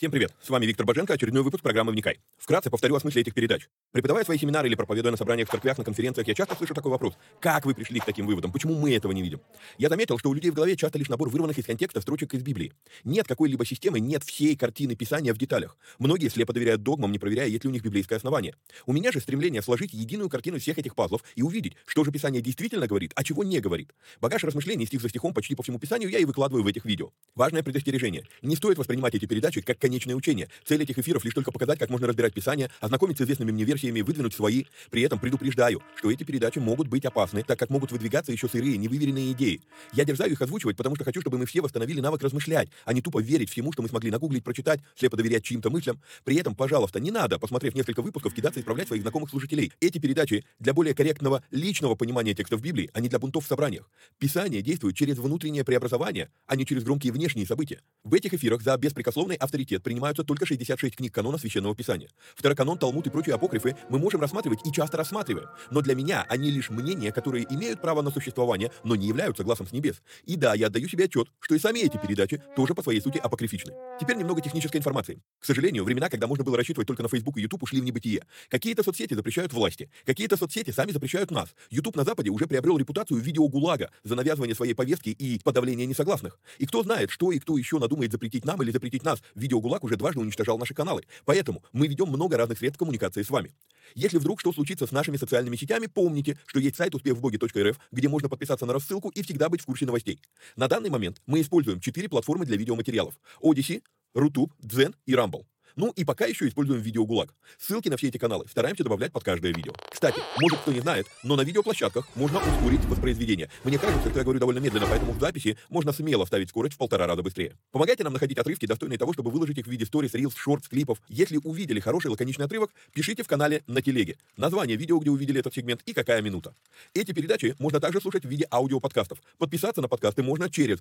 Всем привет! С вами Виктор Боженко, очередной выпуск программы «Вникай». Вкратце повторю о смысле этих передач. Преподавая свои семинары или проповедуя на собраниях в церквях, на конференциях, я часто слышу такой вопрос: как вы пришли к таким выводам? Почему мы этого не видим? Я заметил, что у людей в голове часто лишь набор вырванных из контекста строчек из Библии. Нет какой-либо системы, нет всей картины Писания в деталях. Многие слепо доверяют догмам, не проверяя, есть ли у них библейское основание. У меня же стремление сложить единую картину всех этих пазлов и увидеть, что же Писание действительно говорит, а чего не говорит. Багаж размышлений стих за стихом почти по всему Писанию я и выкладываю в этих видео. Важное предостережение: не стоит воспринимать эти передачи как конечное учение. Цель этих эфиров лишь только показать, как можно разбирать Писание, ознакомиться с известными мне версиями, выдвинуть свои. При этом предупреждаю, что эти передачи могут быть опасны, так как могут выдвигаться еще сырые, невыверенные идеи. Я дерзаю их озвучивать, потому что хочу, чтобы мы все восстановили навык размышлять, а не тупо верить всему, что мы смогли нагуглить, прочитать, слепо доверять чьим-то мыслям. При этом, пожалуйста, не надо, посмотрев несколько выпусков, кидаться и исправлять своих знакомых слушателей. Эти передачи для более корректного личного понимания текстов Библии, а не для бунтов в собраниях. Писание действует через внутреннее преобразование, а не через громкие внешние события. В этих эфирах за беспрекословный авторитет принимаются только 66 книг канона Священного Писания. Второканон, Талмуд и прочие апокрифы мы можем рассматривать и часто рассматриваем. Но для меня они лишь мнения, которые имеют право на существование, но не являются глазом с небес. И да, я отдаю себе отчет, что и сами эти передачи тоже по своей сути апокрифичны. Теперь немного технической информации. К сожалению, времена, когда можно было рассчитывать только на Facebook и YouTube, ушли в небытие. Какие-то соцсети запрещают власти, какие-то соцсети сами запрещают нас. YouTube на Западе уже приобрел репутацию видеогулага за навязывание своей повестки и подавление несогласных. И кто знает, что и кто еще надумает запретить нам или запретить нас. Видеогулаг уже дважды уничтожал наши каналы. Поэтому мы ведем много разных средств коммуникации с вами. Если вдруг что случится с нашими социальными сетями, помните, что есть сайт успехвбоге.рф, где можно подписаться на рассылку и всегда быть в курсе новостей. На данный момент мы используем 4 платформы для видеоматериалов: Odyssey, Rutube, Дзен и Rumble. Ну и пока еще используем видеогулаг. Ссылки на все эти каналы стараемся добавлять под каждое видео. Кстати, может кто не знает, но на видеоплощадках можно ускорить воспроизведение. Мне кажется, что я говорю довольно медленно, поэтому в записи можно смело ставить скорость в 1,5 раза быстрее. Помогайте нам находить отрывки, достойные того, чтобы выложить их в виде сторис, рилс, шортс, клипов. Если увидели хороший лаконичный отрывок, пишите в канале на телеге название видео, где увидели этот сегмент, и какая минута. Эти передачи можно также слушать в виде аудиоподкастов. Подписаться на подкасты можно через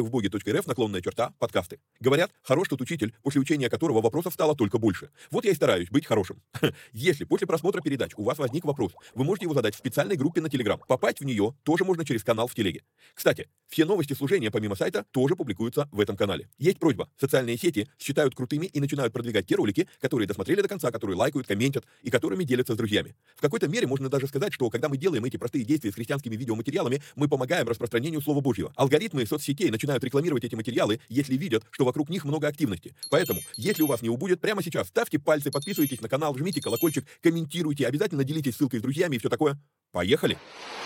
успехвбоге.рф/подкасты. Говорят, хорош тот учитель, после учения которого вопросов стало только больше. Вот я и стараюсь быть хорошим. Если после просмотра передач у вас возник вопрос, вы можете его задать в специальной группе на Telegram. Попасть в нее тоже можно через канал в телеге. Кстати, все новости служения помимо сайта тоже публикуются в этом канале. Есть просьба: социальные сети считают крутыми и начинают продвигать те ролики, которые досмотрели до конца, которые лайкают, комментят и которыми делятся с друзьями. В какой-то мере можно даже сказать, что когда мы делаем эти простые действия с христианскими видеоматериалами, мы помогаем распространению Слова Божьего. Алгоритмы соцсетей начинают рекламировать эти материалы, если видят, что вокруг них много активности. Поэтому, если у вас не убудет, прямо сейчас ставьте пальцы, подписывайтесь на канал, жмите колокольчик, комментируйте, обязательно делитесь ссылкой с друзьями и все такое. Поехали!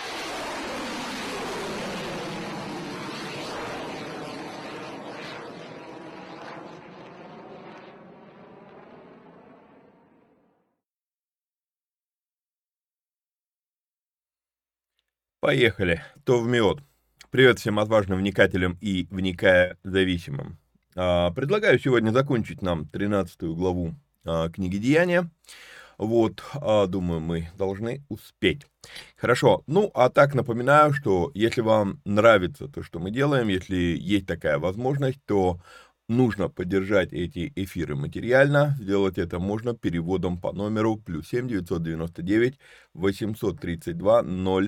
Поехали. Товмиот. Привет всем отважным вникателям и вникая зависимым. Предлагаю сегодня закончить нам 13 главу книги Деяния. Вот, думаю, мы должны успеть. Хорошо. Ну, а так напоминаю, что если вам нравится то, что мы делаем, если есть такая возможность, то нужно поддержать эти эфиры материально. Сделать это можно переводом по номеру +7 999 832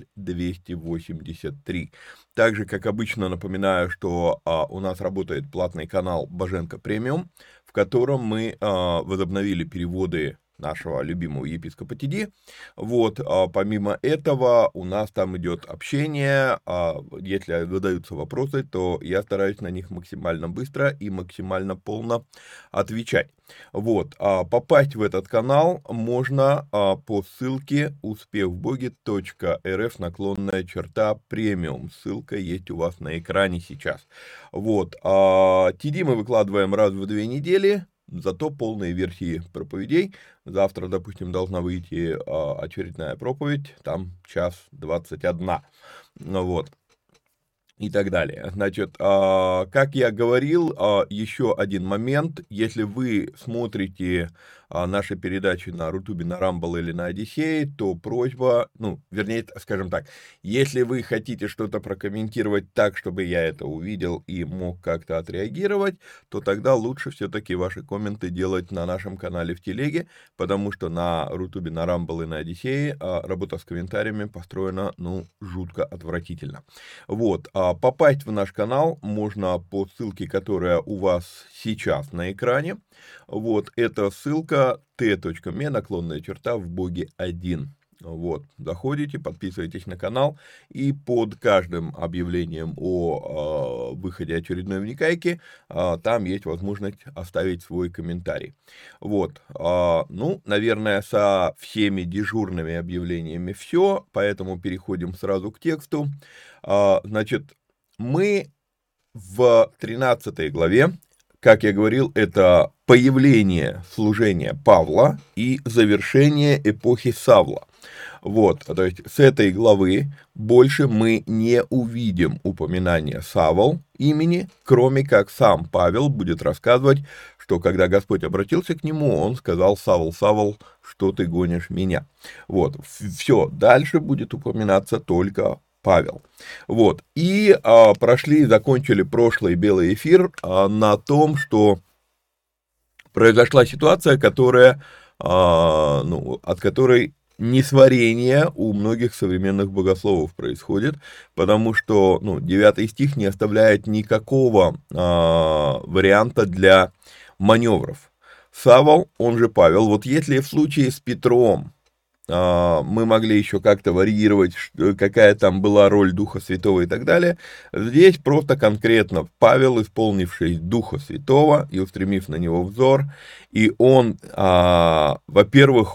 0283. Также, как обычно, напоминаю, что у нас работает платный канал Боженко Премиум, в котором мы возобновили переводы нашего любимого епископа Тиди. Вот, помимо этого, у нас там идет общение. Если задаются вопросы, то я стараюсь на них максимально быстро и максимально полно отвечать. Вот, попасть в этот канал можно по ссылке успехвбоге.рф/премиум. Ссылка есть у вас на экране сейчас. Вот, Тиди мы выкладываем раз в 2 недели. Зато полные версии проповедей. Завтра, допустим, должна выйти очередная проповедь, там 1:21. Вот. И так далее. Значит, как я говорил, еще один момент. Если вы смотрите наши передачи на Рутубе, на Рамбл или на Одиссее, то просьба, вернее, скажем так, если вы хотите что-то прокомментировать так, чтобы я это увидел и мог как-то отреагировать, то тогда лучше все-таки ваши комменты делать на нашем канале в Телеге, потому что на Рутубе, на Рамбл и на Одиссее работа с комментариями построена, жутко отвратительно. Вот, Попасть в наш канал можно по ссылке, которая у вас сейчас на экране. Вот, это ссылка t.me, в Боге 1. Вот, заходите, подписывайтесь на канал, и под каждым объявлением о выходе очередной вникайки там есть возможность оставить свой комментарий. Вот, ну, наверное, со всеми дежурными объявлениями все, поэтому переходим сразу к тексту. Значит, мы в 13 главе, как я говорил, это появление служения Павла и завершение эпохи Савла. Вот, то есть с этой главы больше мы не увидим упоминания Савл имени, кроме как сам Павел будет рассказывать, что когда Господь обратился к нему, он сказал: «Савл, Савл, что ты гонишь меня?» Вот, все, дальше будет упоминаться только Павел. Вот, и закончили прошлый белый эфир на том, что произошла ситуация, которая, от которой несварение у многих современных богословов происходит, потому что 9 стих не оставляет никакого варианта для маневров. Савл, он же Павел, вот если в случае с Петром мы могли еще как-то варьировать, какая там была роль Духа Святого и так далее, здесь просто конкретно Павел, исполнивший Духа Святого и устремив на него взор, и он, во-первых,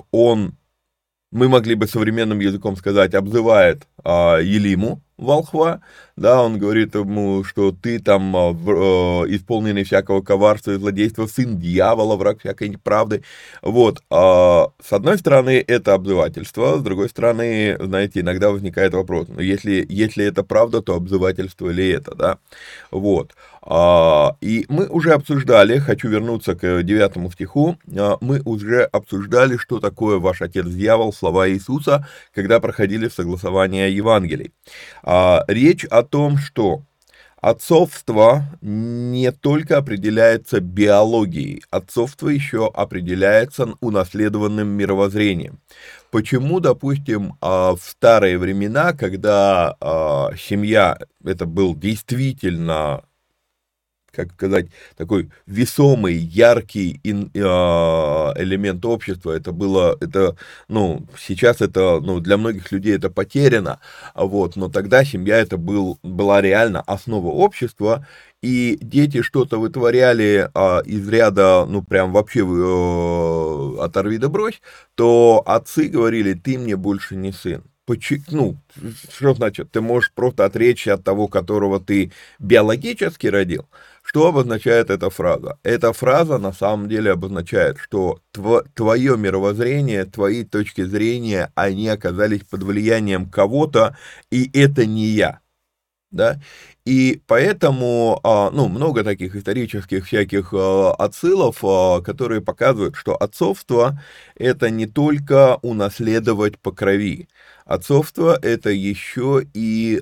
мы могли бы современным языком сказать, обзывает Елиму, волхва, да, он говорит ему, что ты там исполненный всякого коварства и злодейства, сын дьявола, враг всякой неправды. Вот, с одной стороны, это обзывательство, с другой стороны, знаете, иногда возникает вопрос, но если это правда, то обзывательство ли это, да, вот. И мы уже обсуждали, хочу вернуться к 9 стиху, мы уже обсуждали, что такое ваш отец дьявол, слова Иисуса, когда проходили согласование Евангелий. Речь о том, что отцовство не только определяется биологией, отцовство еще определяется унаследованным мировоззрением. Почему, допустим, в старые времена, когда семья, это был действительно, как сказать, такой весомый, яркий элемент общества, сейчас это, для многих людей это потеряно, вот, но тогда семья это была реально основа общества, и дети что-то вытворяли из ряда, прям вообще оторви да брось, то отцы говорили: ты мне больше не сын. Что значит? Ты можешь просто отречься от того, которого ты биологически родил. Что обозначает эта фраза? Эта фраза на самом деле обозначает, что твое мировоззрение, твои точки зрения, они оказались под влиянием кого-то, и это не я. Да? И поэтому, много таких исторических всяких отсылов, которые показывают, что отцовство – это не только унаследовать по крови. Отцовство – это еще и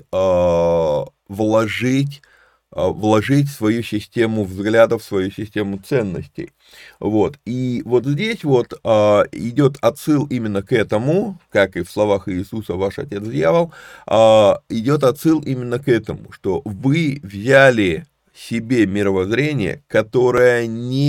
вложить свою систему взглядов, свою систему ценностей. Вот. И вот здесь идет отсыл именно к этому, как и в словах Иисуса «Ваш отец дьявол», идет отсыл именно к этому, что вы взяли себе мировоззрение, которое это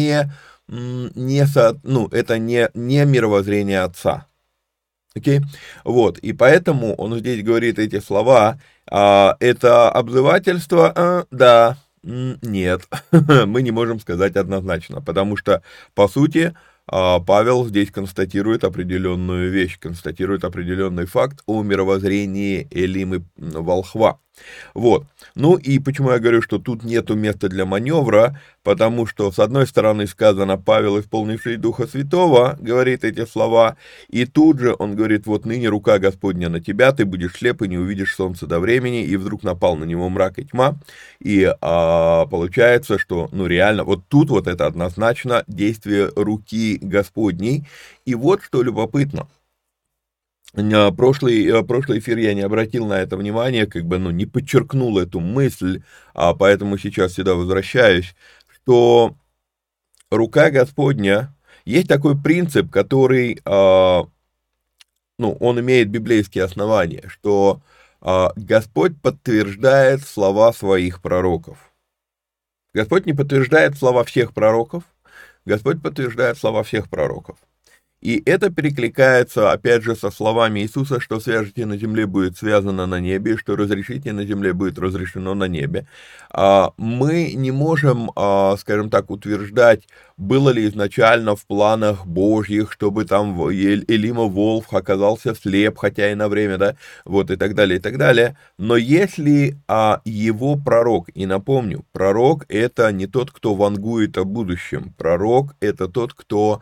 не мировоззрение отца. Окей? Вот, и поэтому он здесь говорит эти слова: это обзывательство, да, нет, мы не можем сказать однозначно, потому что, по сути, Павел здесь констатирует определенную вещь, констатирует определенный факт о мировоззрении Элимы волхва. Вот. И почему я говорю, что тут нету места для маневра, потому что, с одной стороны, сказано: Павел, исполнивший Духа Святого, говорит эти слова, и тут же он говорит: вот ныне рука Господня на тебя, ты будешь слеп и не увидишь солнца до времени, и вдруг напал на него мрак и тьма, и получается, что, реально, вот тут это однозначно действие руки Господней, и вот что любопытно. Прошлый эфир я не обратил на это внимание, не подчеркнул эту мысль, поэтому сейчас сюда возвращаюсь, что рука Господня, есть такой принцип, который, он имеет библейские основания, что Господь подтверждает слова своих пророков. Господь не подтверждает слова всех пророков, Господь подтверждает слова всех пророков. И это перекликается, опять же, со словами Иисуса, что свяжете на земле, будет связано на небе, и что разрешите на земле, будет разрешено на небе. Мы не можем, скажем так, утверждать, было ли изначально в планах Божьих, чтобы там Элима Волф оказался слеп, хотя и на время, да, вот и так далее, и так далее. Но если его пророк, и напомню, пророк — это не тот, кто вангует о будущем, пророк — это тот, кто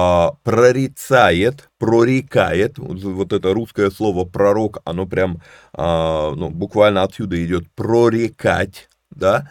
прорицает, вот это русское слово «пророк», оно прям, буквально отсюда идет «прорекать», да,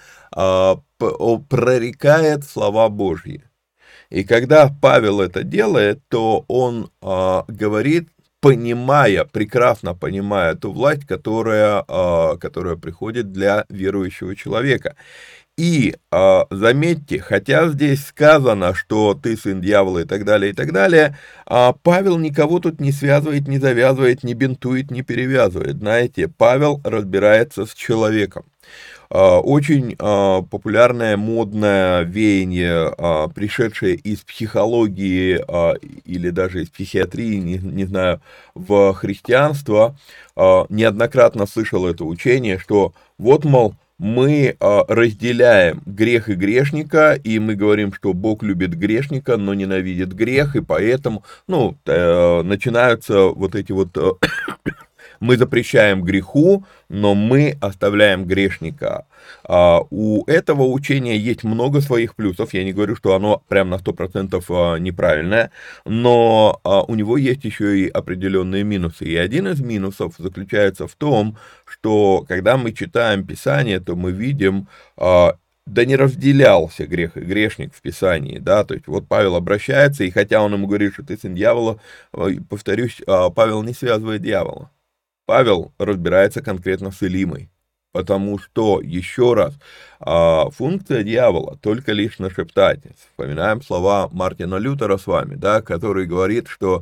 прорекает слова Божьи. И когда Павел это делает, то он говорит, прекрасно понимая ту власть, которая приходит для верующего человека. И заметьте, хотя здесь сказано, что ты сын дьявола и так далее, Павел никого тут не связывает, не завязывает, не бинтует, не перевязывает. Знаете, Павел разбирается с человеком. Очень популярное, модное веяние, пришедшее из психологии или даже из психиатрии, не знаю, в христианство, неоднократно слышал это учение, что вот, мол, мы разделяем грех и грешника, и мы говорим, что Бог любит грешника, но ненавидит грех, и поэтому, начинаются вот эти вот... Мы запрещаем греху, но мы оставляем грешника. У этого учения есть много своих плюсов. Я не говорю, что оно прям на 100% неправильное, но у него есть еще и определенные минусы. И один из минусов заключается в том, что когда мы читаем Писание, то мы видим... Да не разделялся грех и грешник в Писании, да, то есть вот Павел обращается, и хотя он ему говорит, что ты сын дьявола, повторюсь, Павел не связывает дьявола. Павел разбирается конкретно с Элимой, потому что, еще раз, функция дьявола только лишь нашептать. Вспоминаем слова Мартина Лютера с вами, да, который говорит, что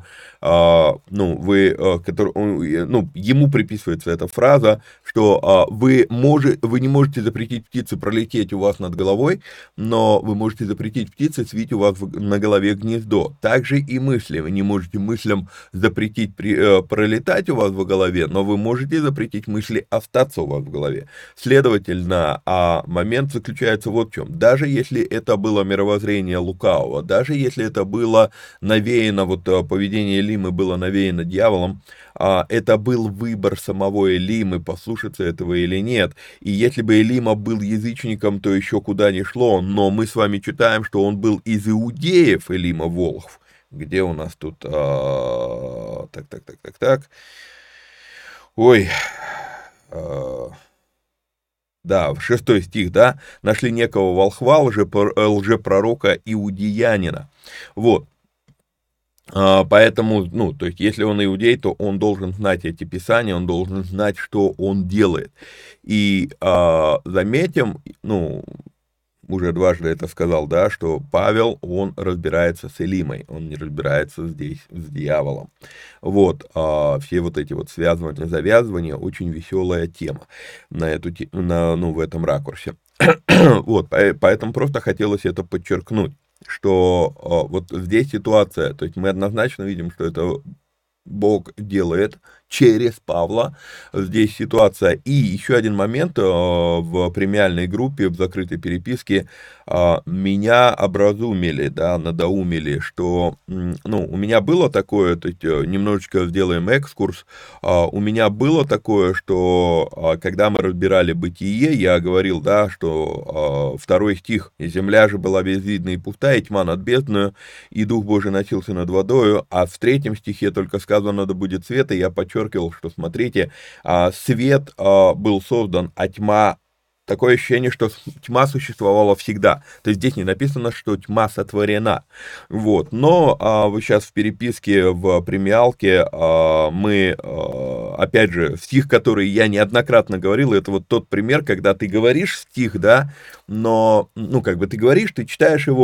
ему приписывается эта фраза, что вы не можете запретить птице пролететь у вас над головой, но вы можете запретить птице свить у вас на голове гнездо. Также и мысли. Вы не можете мыслям запретить пролетать у вас в голове, но вы можете запретить мысли остаться у вас в голове. Следовательно, момент заключается вот в чем. Даже если это было мировоззрение лукавого, даже если это было навеяно, поведение Элимы было навеяно дьяволом, это был выбор самого Элимы, послушаться этого или нет. И если бы Элима был язычником, то еще куда ни шло, но мы с вами читаем, что он был из иудеев, Элима Волхв. Где у нас тут... Ой... Да, 6 стих, да, нашли некого волхва, лжепророка иудеянина. Вот. Поэтому, то есть, если он иудей, то он должен знать эти писания, он должен знать, что он делает. И заметим, уже дважды это сказал, да, что Павел, он разбирается с Элимой, он не разбирается здесь с дьяволом. Вот, все вот эти вот связывания, завязывания, очень веселая тема в этом ракурсе. Вот, поэтому просто хотелось это подчеркнуть, что вот здесь ситуация, то есть мы однозначно видим, что это Бог делает через Павла. Здесь ситуация. И еще один момент в премиальной группе, в закрытой переписке, меня образумили, да, надоумили, что, у меня было такое, то есть немножечко сделаем экскурс, у меня было такое, что когда мы разбирали Бытие, я говорил, да, что 2 стих, «И земля же была безвидна и пустая, и тьма над бездною, и Дух Божий носился над водою», а в 3 стихе только сказано, да будет свет, и я подчеркивал, что, смотрите, свет был создан, а тьма, такое ощущение, что тьма существовала всегда. То есть здесь не написано, что тьма сотворена. Вот. Но вот сейчас в переписке, в премиалке мы, опять же, стих, который я неоднократно говорил, это вот тот пример, когда ты говоришь стих, да, но, ты говоришь, ты читаешь его,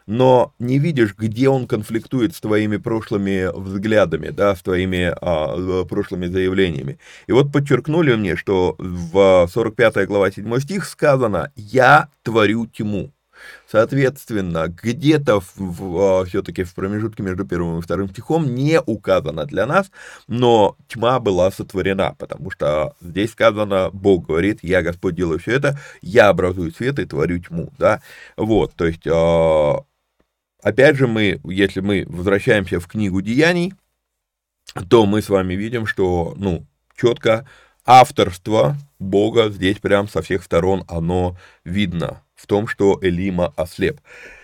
но не видишь, где он конфликтует с твоими прошлыми взглядами, да, с твоими прошлыми заявлениями. И вот подчеркнули мне, что в 45 глава 7 стих сказано «Я творю тьму». Соответственно, где-то все-таки в промежутке между первым и вторым стихом не указано для нас, но тьма была сотворена, потому что здесь сказано, Бог говорит, я Господь делаю все это, я образую свет и творю тьму, да, вот, то есть, опять же, если мы возвращаемся в книгу Деяний, то мы с вами видим, что, четко авторство Бога здесь прям со всех сторон оно видно в том, что Элима ослеп.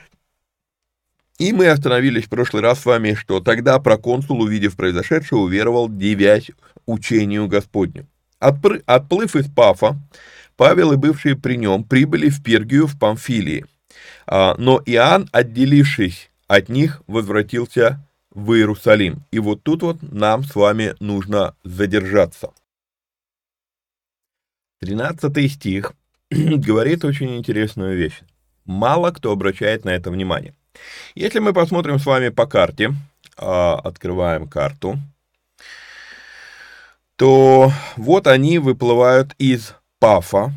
И мы остановились в прошлый раз с вами, что тогда проконсул, увидев произошедшее, уверовал, дивясь учению Господню. Отплыв из Пафа, Павел и бывшие при нем прибыли в Пергию в Памфилии. Но Иоанн, отделившись от них, возвратился в Иерусалим. И вот тут вот нам с вами нужно задержаться. 13 стих говорит очень интересную вещь. Мало кто обращает на это внимание. Если мы посмотрим с вами по карте, открываем карту, то вот они выплывают из Пафа,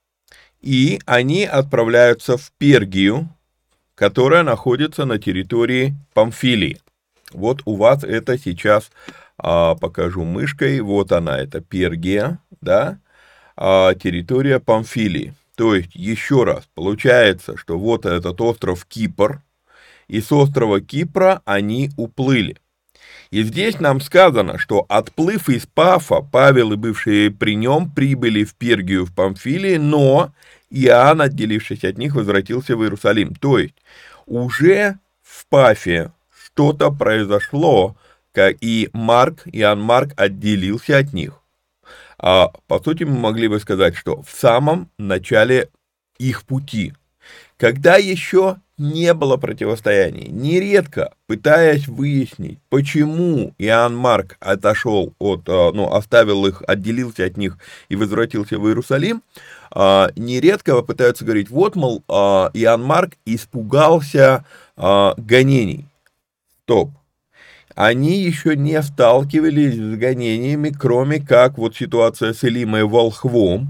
и они отправляются в Пергию, которая находится на территории Памфилии. Вот у вас это сейчас покажу мышкой. Вот она, это Пергия, да, территория Памфилии. То есть, еще раз, получается, что вот этот остров Кипр, и с острова Кипра они уплыли. И здесь нам сказано, что отплыв из Пафа, Павел и бывшие при нем прибыли в Пергию в Памфилии, но Иоанн, отделившись от них, возвратился в Иерусалим. То есть, уже в Пафе что-то произошло, и Иоанн Марк отделился от них. По сути, мы могли бы сказать, что в самом начале их пути, когда еще не было противостояний, нередко пытаясь выяснить, почему Иоанн Марк оставил их, отделился от них и возвратился в Иерусалим, нередко пытаются говорить, вот, мол, Иоанн Марк испугался гонений. Стоп. Они еще не сталкивались с гонениями, кроме как вот ситуация с Элимой Волхвом.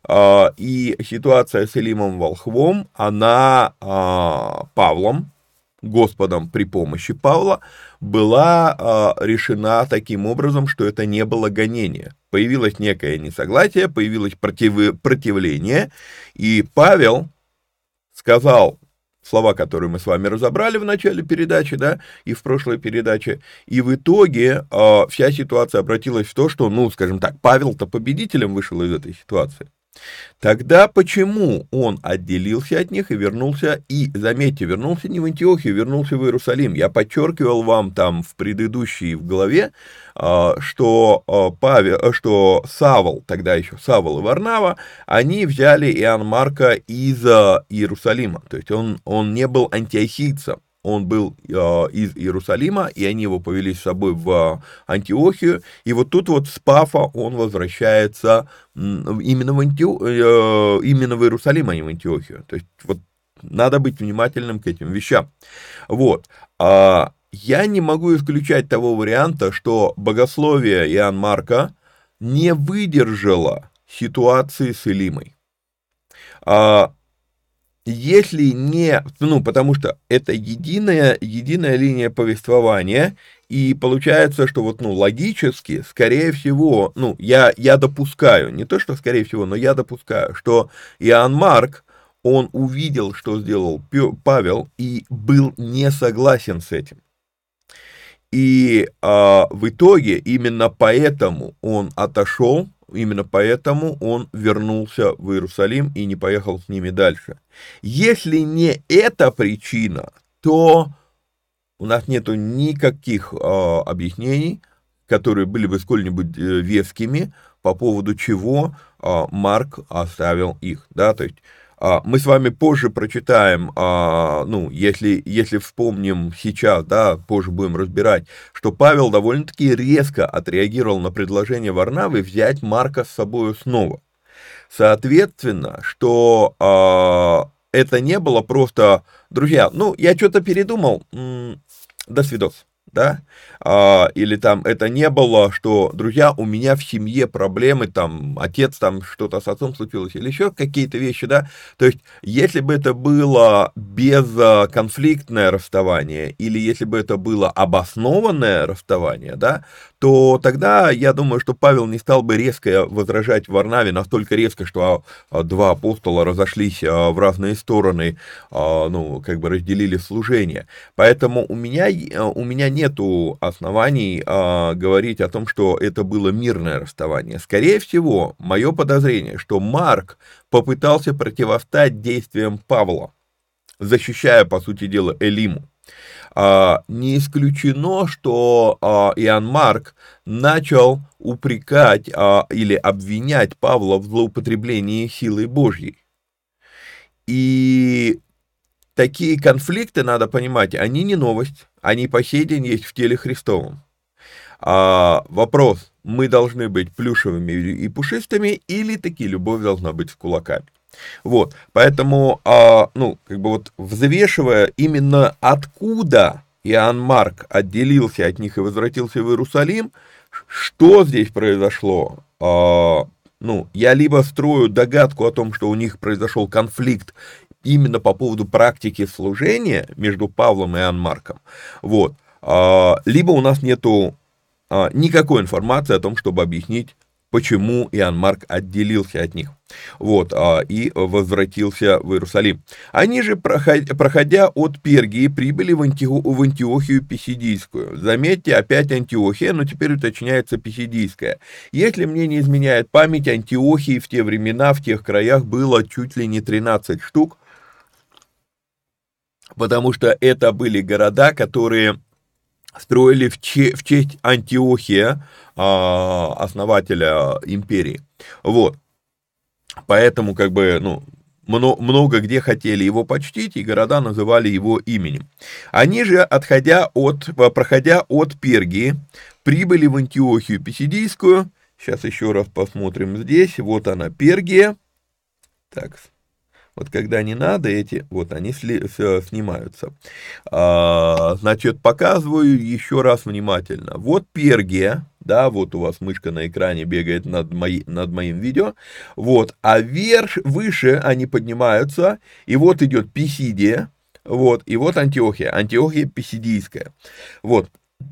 И ситуация с Элимом Волхвом, она Павлом, Господом при помощи Павла, была решена таким образом, что это не было гонение. Появилось некое несогласие, появилось противление, и Павел сказал слова, которые мы с вами разобрали в начале передачи, да, и в прошлой передаче, и в итоге вся ситуация обратилась в то, что, скажем так, Павел-то победителем вышел из этой ситуации. Тогда почему он отделился от них и вернулся, и, заметьте, вернулся не в Антиохию, вернулся в Иерусалим? Я подчеркивал вам там в предыдущей в главе, что Савл, тогда еще Савл и Варнава, они взяли Иоанна Марка из Иерусалима, то есть он не был антиохийцем. Он был из Иерусалима, и они его повели с собой в Антиохию, и вот тут вот с Пафа он возвращается именно в Иерусалим, а не в Антиохию. То есть вот надо быть внимательным к этим вещам. Вот. Я не могу исключать того варианта, что богословие Иоанна Марка не выдержало ситуации с Элимой. Если не, потому что это единая линия повествования, и получается, что вот, логически, скорее всего, я допускаю, не то, что скорее всего, но я допускаю, что Иоанн Марк, он увидел, что сделал Павел, и был не согласен с этим. И в итоге именно поэтому он отошел, именно поэтому он вернулся в Иерусалим и не поехал с ними дальше. Если не эта причина, то у нас нету никаких объяснений, которые были бы сколь-нибудь вескими, по поводу чего Марк оставил их. Да? То есть мы с вами позже прочитаем, если вспомним сейчас, да, позже будем разбирать, что Павел довольно-таки резко отреагировал на предложение Варнавы взять Марка с собой снова. Соответственно, что это не было просто, друзья, ну, я что-то передумал, до свидос, да, или там это не было, что, друзья, у меня в семье проблемы, там, отец, там, что-то с отцом случилось, или еще какие-то вещи, да, то есть, если бы это было безконфликтное расставание, или если бы это было обоснованное расставание, да, то тогда, я думаю, что Павел не стал бы резко возражать Варнаве, настолько резко, что два апостола разошлись в разные стороны, ну, как бы разделили служение. Поэтому у меня нету оснований говорить о том, что это было мирное расставание. Скорее всего, мое подозрение, что Марк попытался противостать действиям Павла, защищая, по сути дела, Элиму. Не исключено, что Иоанн Марк начал упрекать или обвинять Павла в злоупотреблении силой Божьей. И такие конфликты, надо понимать, они не новость, они по сей день есть в теле Христовом. Вопрос, мы должны быть плюшевыми и пушистыми, или таки любовь должна быть с кулаками? Вот, поэтому, ну, как бы вот взвешивая именно откуда Иоанн Марк отделился от них и возвратился в Иерусалим, что здесь произошло? Ну, я либо строю догадку о том, что у них произошел конфликт именно по поводу практики служения между Павлом и Иоанн Марком, вот, либо у нас нету никакой информации о том, чтобы объяснить, почему Иоанн Марк отделился от них, вот, и возвратился в Иерусалим. Они же, проходя от Пергии, прибыли в Антиохию Писидийскую. Заметьте, опять Антиохия, но теперь уточняется Писидийская. Если мне не изменяет память, Антиохии в те времена, в тех краях было чуть ли не 13 штук, потому что это были города, которые строили в честь Антиохия, основателя империи. Вот. Поэтому, как бы, ну, много где хотели его почтить, и города называли его именем. Они же, проходя от Пергии, прибыли в Антиохию Писидийскую. Сейчас еще раз посмотрим здесь. Вот она, Пергия. Так, вот когда не надо, вот они снимаются. Значит, показываю еще раз внимательно. Вот Пергия, да, вот у вас мышка на экране бегает над моим видео. Вот, а выше они поднимаются, и вот идет Писидия, вот, и вот Антиохия Писидийская. Вот.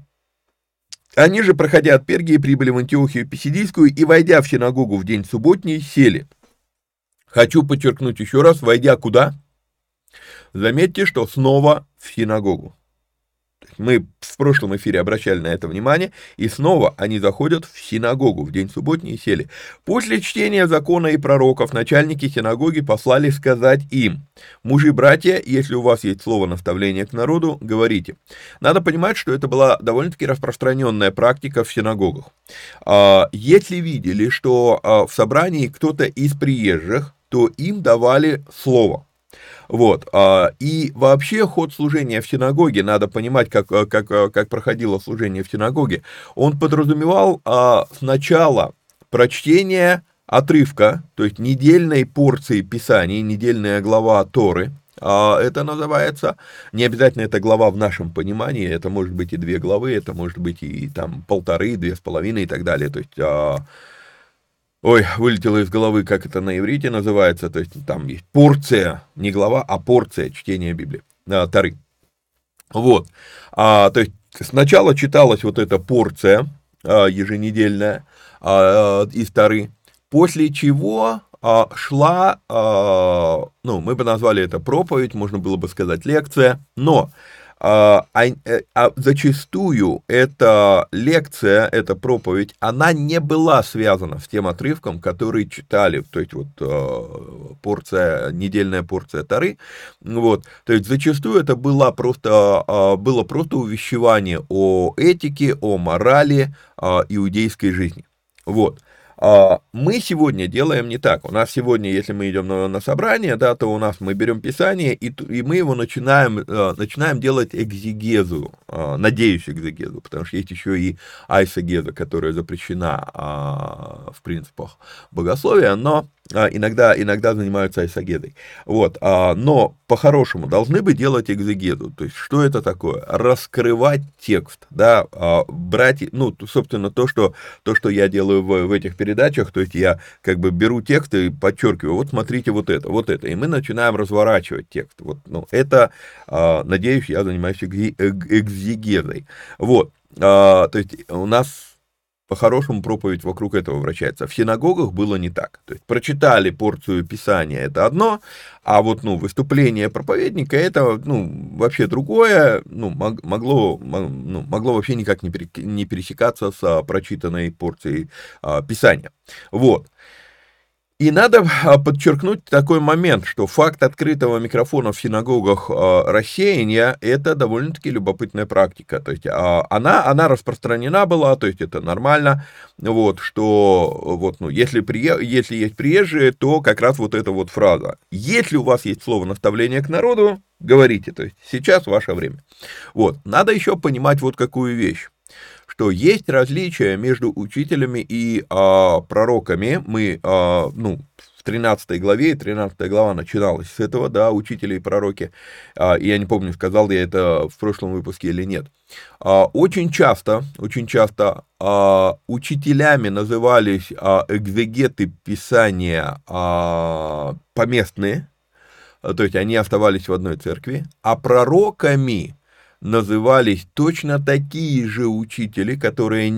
Они же, проходя от Пергии, прибыли в Антиохию Писидийскую и, войдя в синагогу в день субботний, сели. Хочу подчеркнуть еще раз, войдя куда? Заметьте, что снова в синагогу. Мы в прошлом эфире обращали на это внимание, и снова они заходят в синагогу в день субботний и сели. После чтения закона и пророков начальники синагоги послали сказать им: мужи-братья, если у вас есть слово наставления к народу, говорите. Надо понимать, что это была довольно-таки распространенная практика в синагогах. Если видели, что в собрании кто-то из приезжих, то им давали слово. Вот, и вообще ход служения в синагоге, надо понимать, как проходило служение в синагоге, он подразумевал сначала прочтение отрывка, то есть недельной порции Писаний, недельная глава Торы, это называется, не обязательно это глава в нашем понимании, это может быть и 2 главы, это может быть и там 1,5, 2,5 и так далее, то есть... Ой, вылетело из головы, как это на иврите называется, то есть там есть порция, не глава, а порция чтения Библии, Торы. Вот, то есть сначала читалась вот эта порция еженедельная из Торы, после чего шла, ну, мы бы назвали это проповедь, можно было бы сказать лекция, но... зачастую эта лекция, эта проповедь, она не была связана с тем отрывком, который читали, то есть вот недельная порция Торы, вот, то есть зачастую это было просто увещевание о этике, о морали иудейской жизни, вот. Мы сегодня делаем не так. У нас сегодня, если мы идем на собрание, да, то у нас мы берем Писание, и мы его начинаем делать экзегезу, надеюсь, экзегезу, потому что есть еще и айсегеза, которая запрещена в принципах богословия, но иногда занимаются айсегезой. Вот, но по-хорошему должны бы делать экзегезу. То есть, что это такое? Раскрывать текст, да, брать, ну, собственно, то, что я делаю в этих передачах, то есть я как бы беру текст и подчеркиваю, вот смотрите вот это, и мы начинаем разворачивать текст. Вот, ну, это, надеюсь, я занимаюсь экзегезой. Вот, то есть у нас по-хорошему проповедь вокруг этого вращается. В синагогах было не так. То есть прочитали порцию Писания, это одно, а вот, ну, выступление проповедника, это, ну, вообще другое, ну, могло вообще никак не пересекаться с прочитанной порцией Писания. Вот. И надо подчеркнуть такой момент, что факт открытого микрофона в синагогах рассеяния — это довольно-таки любопытная практика. То есть она распространена была, то есть это нормально, вот, что вот, ну, если есть приезжие, то как раз вот эта вот фраза. Если у вас есть слово наставления к народу, говорите, то есть сейчас ваше время. Вот, надо еще понимать вот какую вещь, что есть различия между учителями и пророками. Мы, ну, в 13 главе, 13 глава начиналась с этого, да, учители и пророки. Я не помню, сказал я это в прошлом выпуске или нет. Очень часто учителями назывались экзегеты Писания поместные, то есть они оставались в одной церкви, а пророками назывались точно такие же учители, которые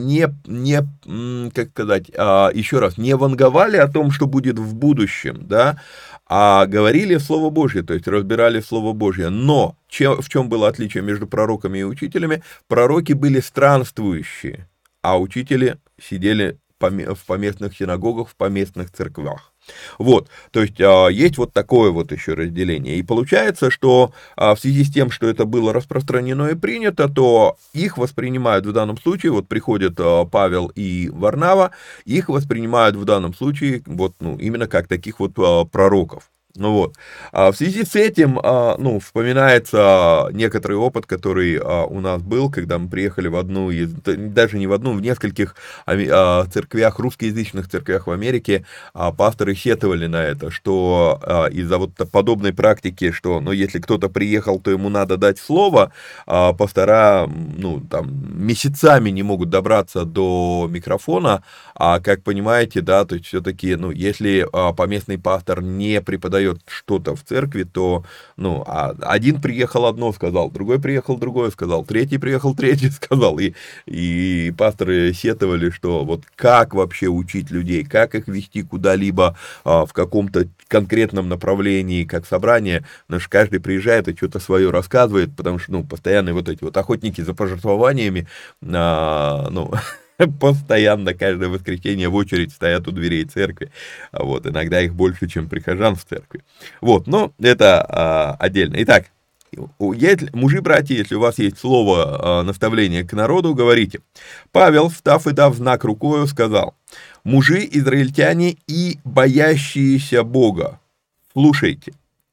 как сказать, еще раз, не ванговали о том, что будет в будущем, да, а говорили Слово Божье, то есть разбирали Слово Божье. Но в чем было отличие между пророками и учителями? Пророки были странствующие, а учители сидели в поместных синагогах, в поместных церквях. Вот, то есть есть вот такое вот еще разделение. И получается, что в связи с тем, что это было распространено и принято, то их воспринимают в данном случае, вот приходят Павел и Варнава, их воспринимают в данном случае вот, ну, именно как таких вот пророков. Ну вот. В связи с этим, ну, вспоминается некоторый опыт, который у нас был, когда мы приехали в одну из, даже не в одну, в нескольких церквях, русскоязычных церквях в Америке, пасторы сетовали на это, что из-за вот подобной практики, что, ну, если кто-то приехал, то ему надо дать слово, пастора, ну, там, месяцами не могут добраться до микрофона, а как понимаете, да, то есть все-таки, ну, если поместный пастор не преподает что-то в церкви, то, ну, один приехал одно сказал, другой приехал другое сказал, третий приехал третий сказал, и пасторы сетовали, что вот как вообще учить людей, как их вести куда-либо в каком-то конкретном направлении, как собрание, потому что каждый приезжает и что-то свое рассказывает, потому что, ну, постоянные вот эти вот охотники за пожертвованиями, ну, постоянно каждое воскресенье в очередь стоят у дверей церкви. Вот, иногда их больше, чем прихожан в церкви. Вот, но это отдельно. Итак, мужи, братья, если у вас есть слово наставления к народу, говорите. Павел, встав и дав знак рукою, сказал: мужи, израильтяне и боящиеся Бога, слушайте.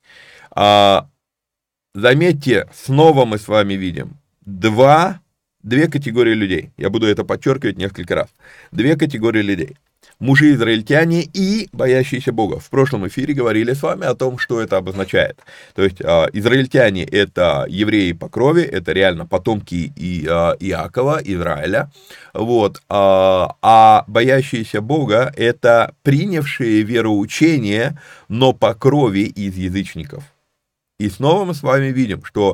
Заметьте, снова мы с вами видим две категории людей. Я буду это подчеркивать несколько раз. Две категории людей. Мужи израильтяне и боящиеся Бога. В прошлом эфире говорили с вами о том, что это обозначает. То есть израильтяне — это евреи по крови, это реально потомки Иакова, Израиля. Вот. А боящиеся Бога — это принявшие вероучение, но по крови из язычников. И снова мы с вами видим, что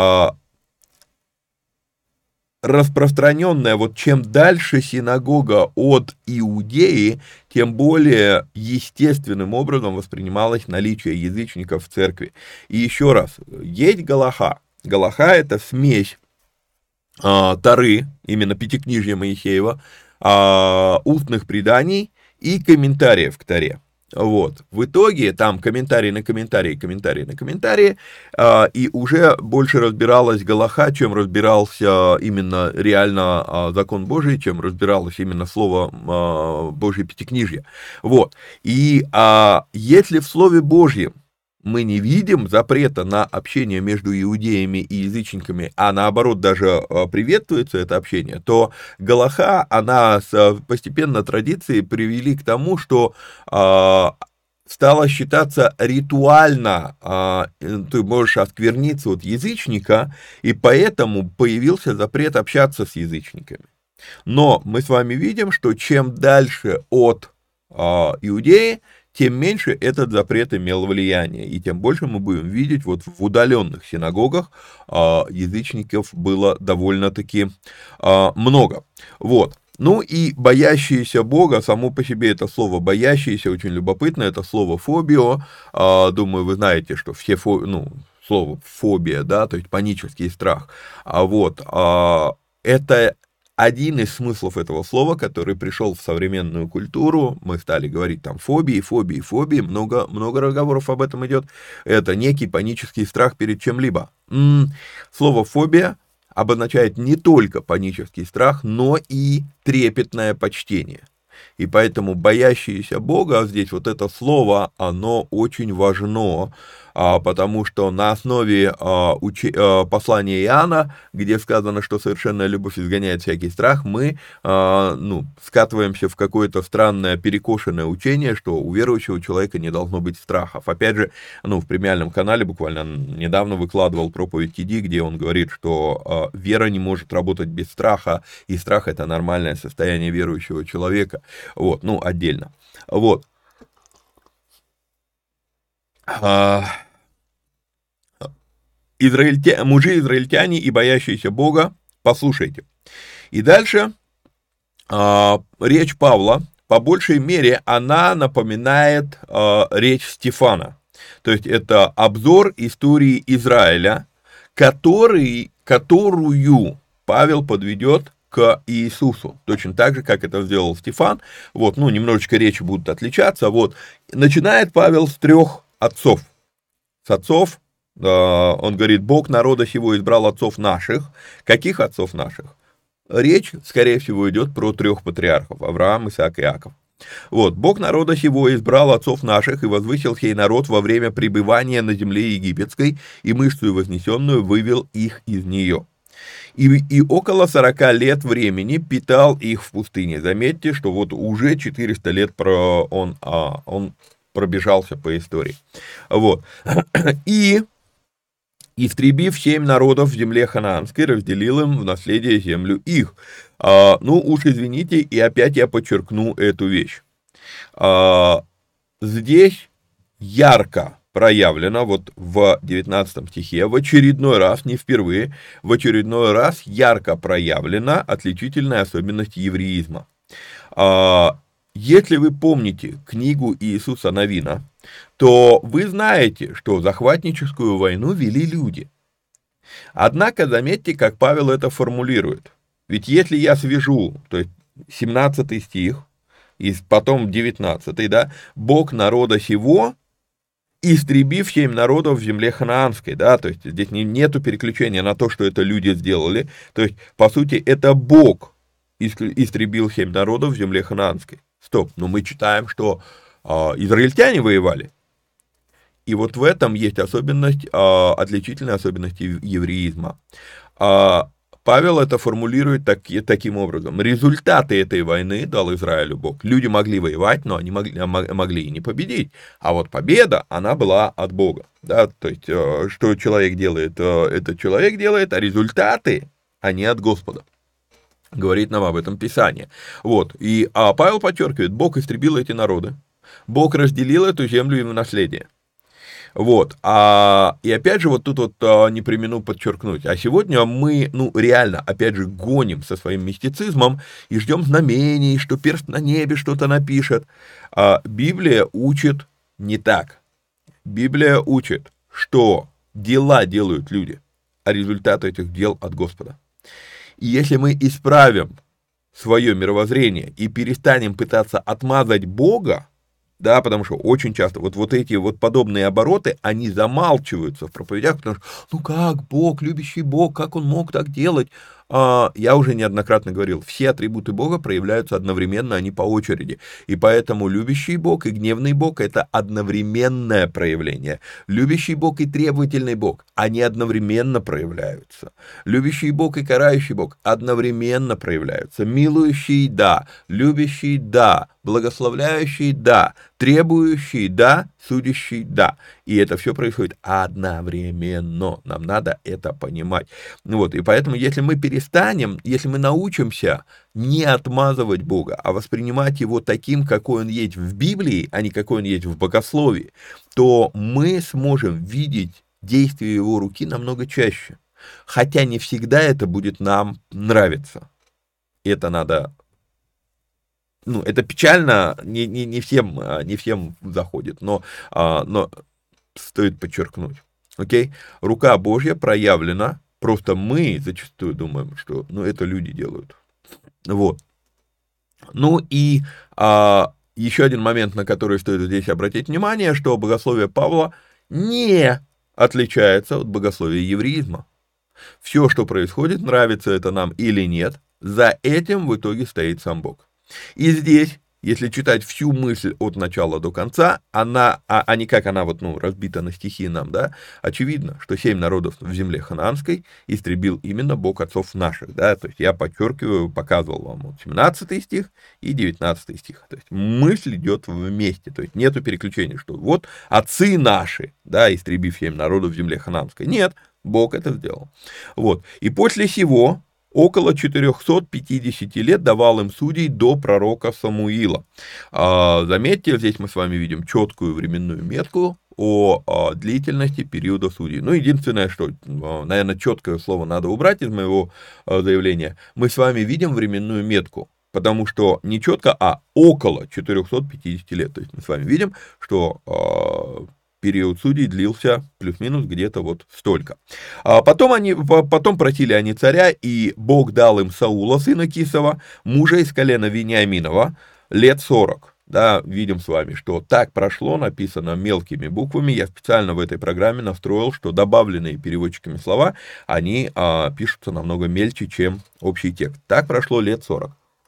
распространенная, вот чем дальше синагога от Иудеи, тем более естественным образом воспринималось наличие язычников в церкви. И еще раз, есть галаха. Галаха — это смесь Торы, именно Пятикнижья Моисеева, устных преданий и комментариев к Торе. Вот. В итоге там комментарий на комментарий, комментарий на комментарии, и уже больше разбиралась Галаха, чем разбирался именно реально закон Божий, чем разбиралось именно слово Божье Пятикнижье. Вот. И если в Слове Божьем мы не видим запрета на общение между иудеями и язычниками, а наоборот даже приветствуется это общение, то Галаха, она постепенно традиции привели к тому, что стало считаться ритуально, ты можешь оскверниться от язычника, и поэтому появился запрет общаться с язычниками. Но мы с вами видим, что чем дальше от Иудеи, тем меньше этот запрет имел влияние, и тем больше мы будем видеть вот в удаленных синагогах язычников было довольно-таки много. Вот. Ну и боящиеся Бога, само по себе это слово «боящиеся» очень любопытно, это слово «фобио», думаю, вы знаете, что все слово «фобия», да, то есть панический страх, это один из смыслов этого слова, который пришел в современную культуру, мы стали говорить там фобии, много разговоров об этом идет, это некий панический страх перед чем-либо. Слово «фобия» обозначает не только панический страх, но и трепетное почтение. И поэтому боящиеся Бога, здесь вот это слово, оно очень важно, потому что на основе послания Иоанна, где сказано, что совершенная любовь изгоняет всякий страх, мы скатываемся в какое-то странное перекошенное учение, что у верующего человека не должно быть страхов. Опять же, в премиальном канале буквально недавно выкладывал проповедь Иди, где он говорит, что вера не может работать без страха, и страх — это нормальное состояние верующего человека. Вот, отдельно. Вот. Мужи израильтяне и боящиеся Бога, послушайте. И дальше речь Павла, по большей мере, она напоминает речь Стефана. То есть это обзор истории Израиля, которую Павел подведет к Иисусу, точно так же, как это сделал Стефан. Вот, немножечко речи будут отличаться. Вот, начинает Павел с 3 отцов. С отцов, он говорит, Бог народа сего избрал отцов наших. Каких отцов наших? Речь, скорее всего, идет про 3 патриархов, Авраам, Исаак и Иаков. Вот, Бог народа сего избрал отцов наших и возвысил сей народ во время пребывания на земле египетской, и мышцу вознесенную вывел их из нее. И около 40 лет времени питал их в пустыне. Заметьте, что вот уже 400 лет он пробежался по истории. Вот. И, истребив 7 народов в земле ханаанской, разделил им в наследие землю их. Уж извините, и опять я подчеркну эту вещь. Здесь ярко проявлено вот в 19 стихе, в очередной раз, не впервые, в очередной раз ярко проявлена отличительная особенность евреизма. Если вы помните книгу Иисуса Навина, то вы знаете, что захватническую войну вели люди. Однако заметьте, как Павел это формулирует. Ведь если я свяжу, то есть 17 стих, и потом 19, да, Бог народа сего, истребив 7 народов в земле ханаанской, да, то есть здесь нету переключения на то, что это люди сделали, то есть, по сути, это Бог истребил 7 народов в земле ханаанской. Стоп, но мы читаем, что израильтяне воевали, и вот в этом есть особенность, отличительная особенность евреизма. Павел это формулирует таким образом. Результаты этой войны дал Израилю Бог. Люди могли воевать, но они могли и не победить. А вот победа, она была от Бога. Да? То есть, что человек делает, этот человек делает, а результаты, они от Господа. Говорит нам об этом Писание. Вот. И Павел подчеркивает, Бог истребил эти народы. Бог разделил эту землю им в наследие. Вот, и опять же, вот тут вот не премину подчеркнуть, а сегодня мы, реально, опять же, гоним со своим мистицизмом и ждем знамений, что перст на небе что-то напишет. Библия учит не так. Библия учит, что дела делают люди, а результаты этих дел от Господа. И если мы исправим свое мировоззрение и перестанем пытаться отмазать Бога, Да, потому что очень часто вот эти вот подобные обороты, они замалчиваются в проповедях, потому что, ну как Бог, любящий Бог, как Он мог так делать? Я уже неоднократно говорил, все атрибуты Бога проявляются одновременно, а не по очереди. И поэтому любящий Бог и гневный Бог — это одновременное проявление. Любящий Бог и требовательный Бог, они одновременно проявляются. Любящий Бог и карающий Бог одновременно проявляются. Милующий — да, любящий — да, благословляющий — да, требующий — да, судящий — да. И это все происходит одновременно. Нам надо это понимать. Вот, и поэтому, если мы перестанем, если мы научимся не отмазывать Бога, а воспринимать Его таким, какой Он есть в Библии, а не какой Он есть в богословии, то мы сможем видеть действия Его руки намного чаще. Хотя не всегда это будет нам нравиться. Это надо... Ну, это печально, не всем заходит, но стоит подчеркнуть. Окей? Рука Божья проявлена, просто мы зачастую думаем, что это люди делают. Вот. Ну и еще один момент, на который стоит здесь обратить внимание, что богословие Павла не отличается от богословия евреизма. Все, что происходит, нравится это нам или нет, за этим в итоге стоит сам Бог. И здесь, если читать всю мысль от начала до конца, а не как она разбита на стихи нам, да, очевидно, что 7 народов в земле ханаанской истребил именно Бог отцов наших, да, то есть я подчеркиваю, показывал вам 17 стих и 19 стих, то есть мысль идет вместе, то есть нету переключения, что вот отцы наши, да, истребив 7 народов в земле ханаанской, нет, Бог это сделал. Вот, и после сего около 450 лет давал им судей до пророка Самуила. Заметьте, здесь мы с вами видим четкую временную метку о длительности периода судей. Ну, единственное, что, наверное, четкое слово надо убрать из моего заявления, мы с вами видим временную метку. Потому что не четко, а около 450 лет. То есть мы с вами видим, что период судей длился плюс-минус где-то вот столько. Потом просили они царя, и Бог дал им Саула, сына Кисова, мужа из колена Вениаминова, лет 40. Да, видим с вами, что так прошло, написано мелкими буквами. Я специально в этой программе настроил, что добавленные переводчиками слова, они пишутся намного мельче, чем общий текст. Так прошло лет 40.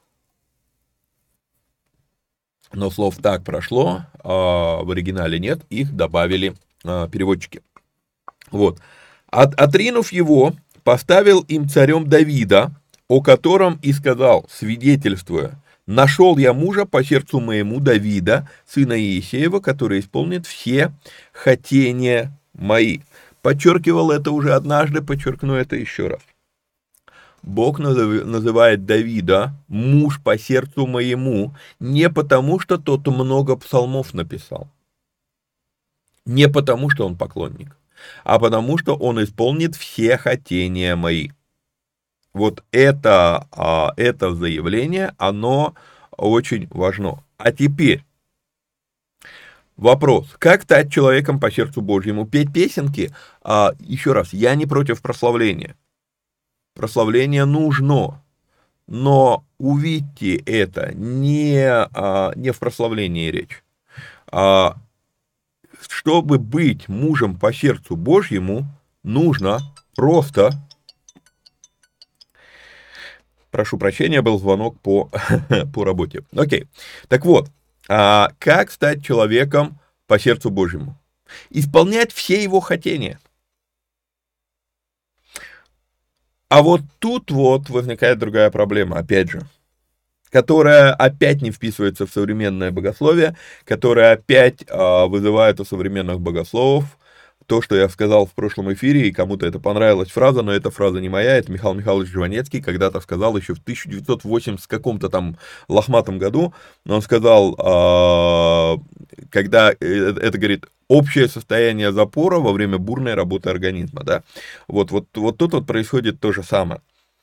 Но слов «так прошло» в оригинале нет, их добавили переводчики. Вот. Отринув его, поставил им царем Давида, о котором и сказал, свидетельствуя: «Нашел я мужа по сердцу моему, Давида, сына Иисеева, который исполнит все хотения мои». Подчеркивал это уже однажды, подчеркну это еще раз. Бог называет Давида «муж по сердцу моему» не потому, что тот много псалмов написал, не потому, что он поклонник, а потому, что он исполнит все хотения мои. Вот это заявление, оно очень важно. А теперь вопрос: как стать человеком по сердцу Божьему? Петь песенки? Еще раз, я не против прославления. Прославление нужно, но увидьте это, не в прославлении речь. Чтобы быть мужем по сердцу Божьему, нужно просто... Прошу прощения, был звонок по работе. Окей. Так вот, как стать человеком по сердцу Божьему? Исполнять все его хотения. А вот тут возникает другая проблема, опять же, которая опять не вписывается в современное богословие, которая опять вызывает у современных богословов то, что я сказал в прошлом эфире, и кому-то это понравилась фраза, но эта фраза не моя, это Михаил Михайлович Жванецкий когда-то сказал еще в 1980 каком-то там лохматом году, он сказал, когда это, говорит, общее состояние запора во время бурной работы организма, да, вот тут происходит то же самое.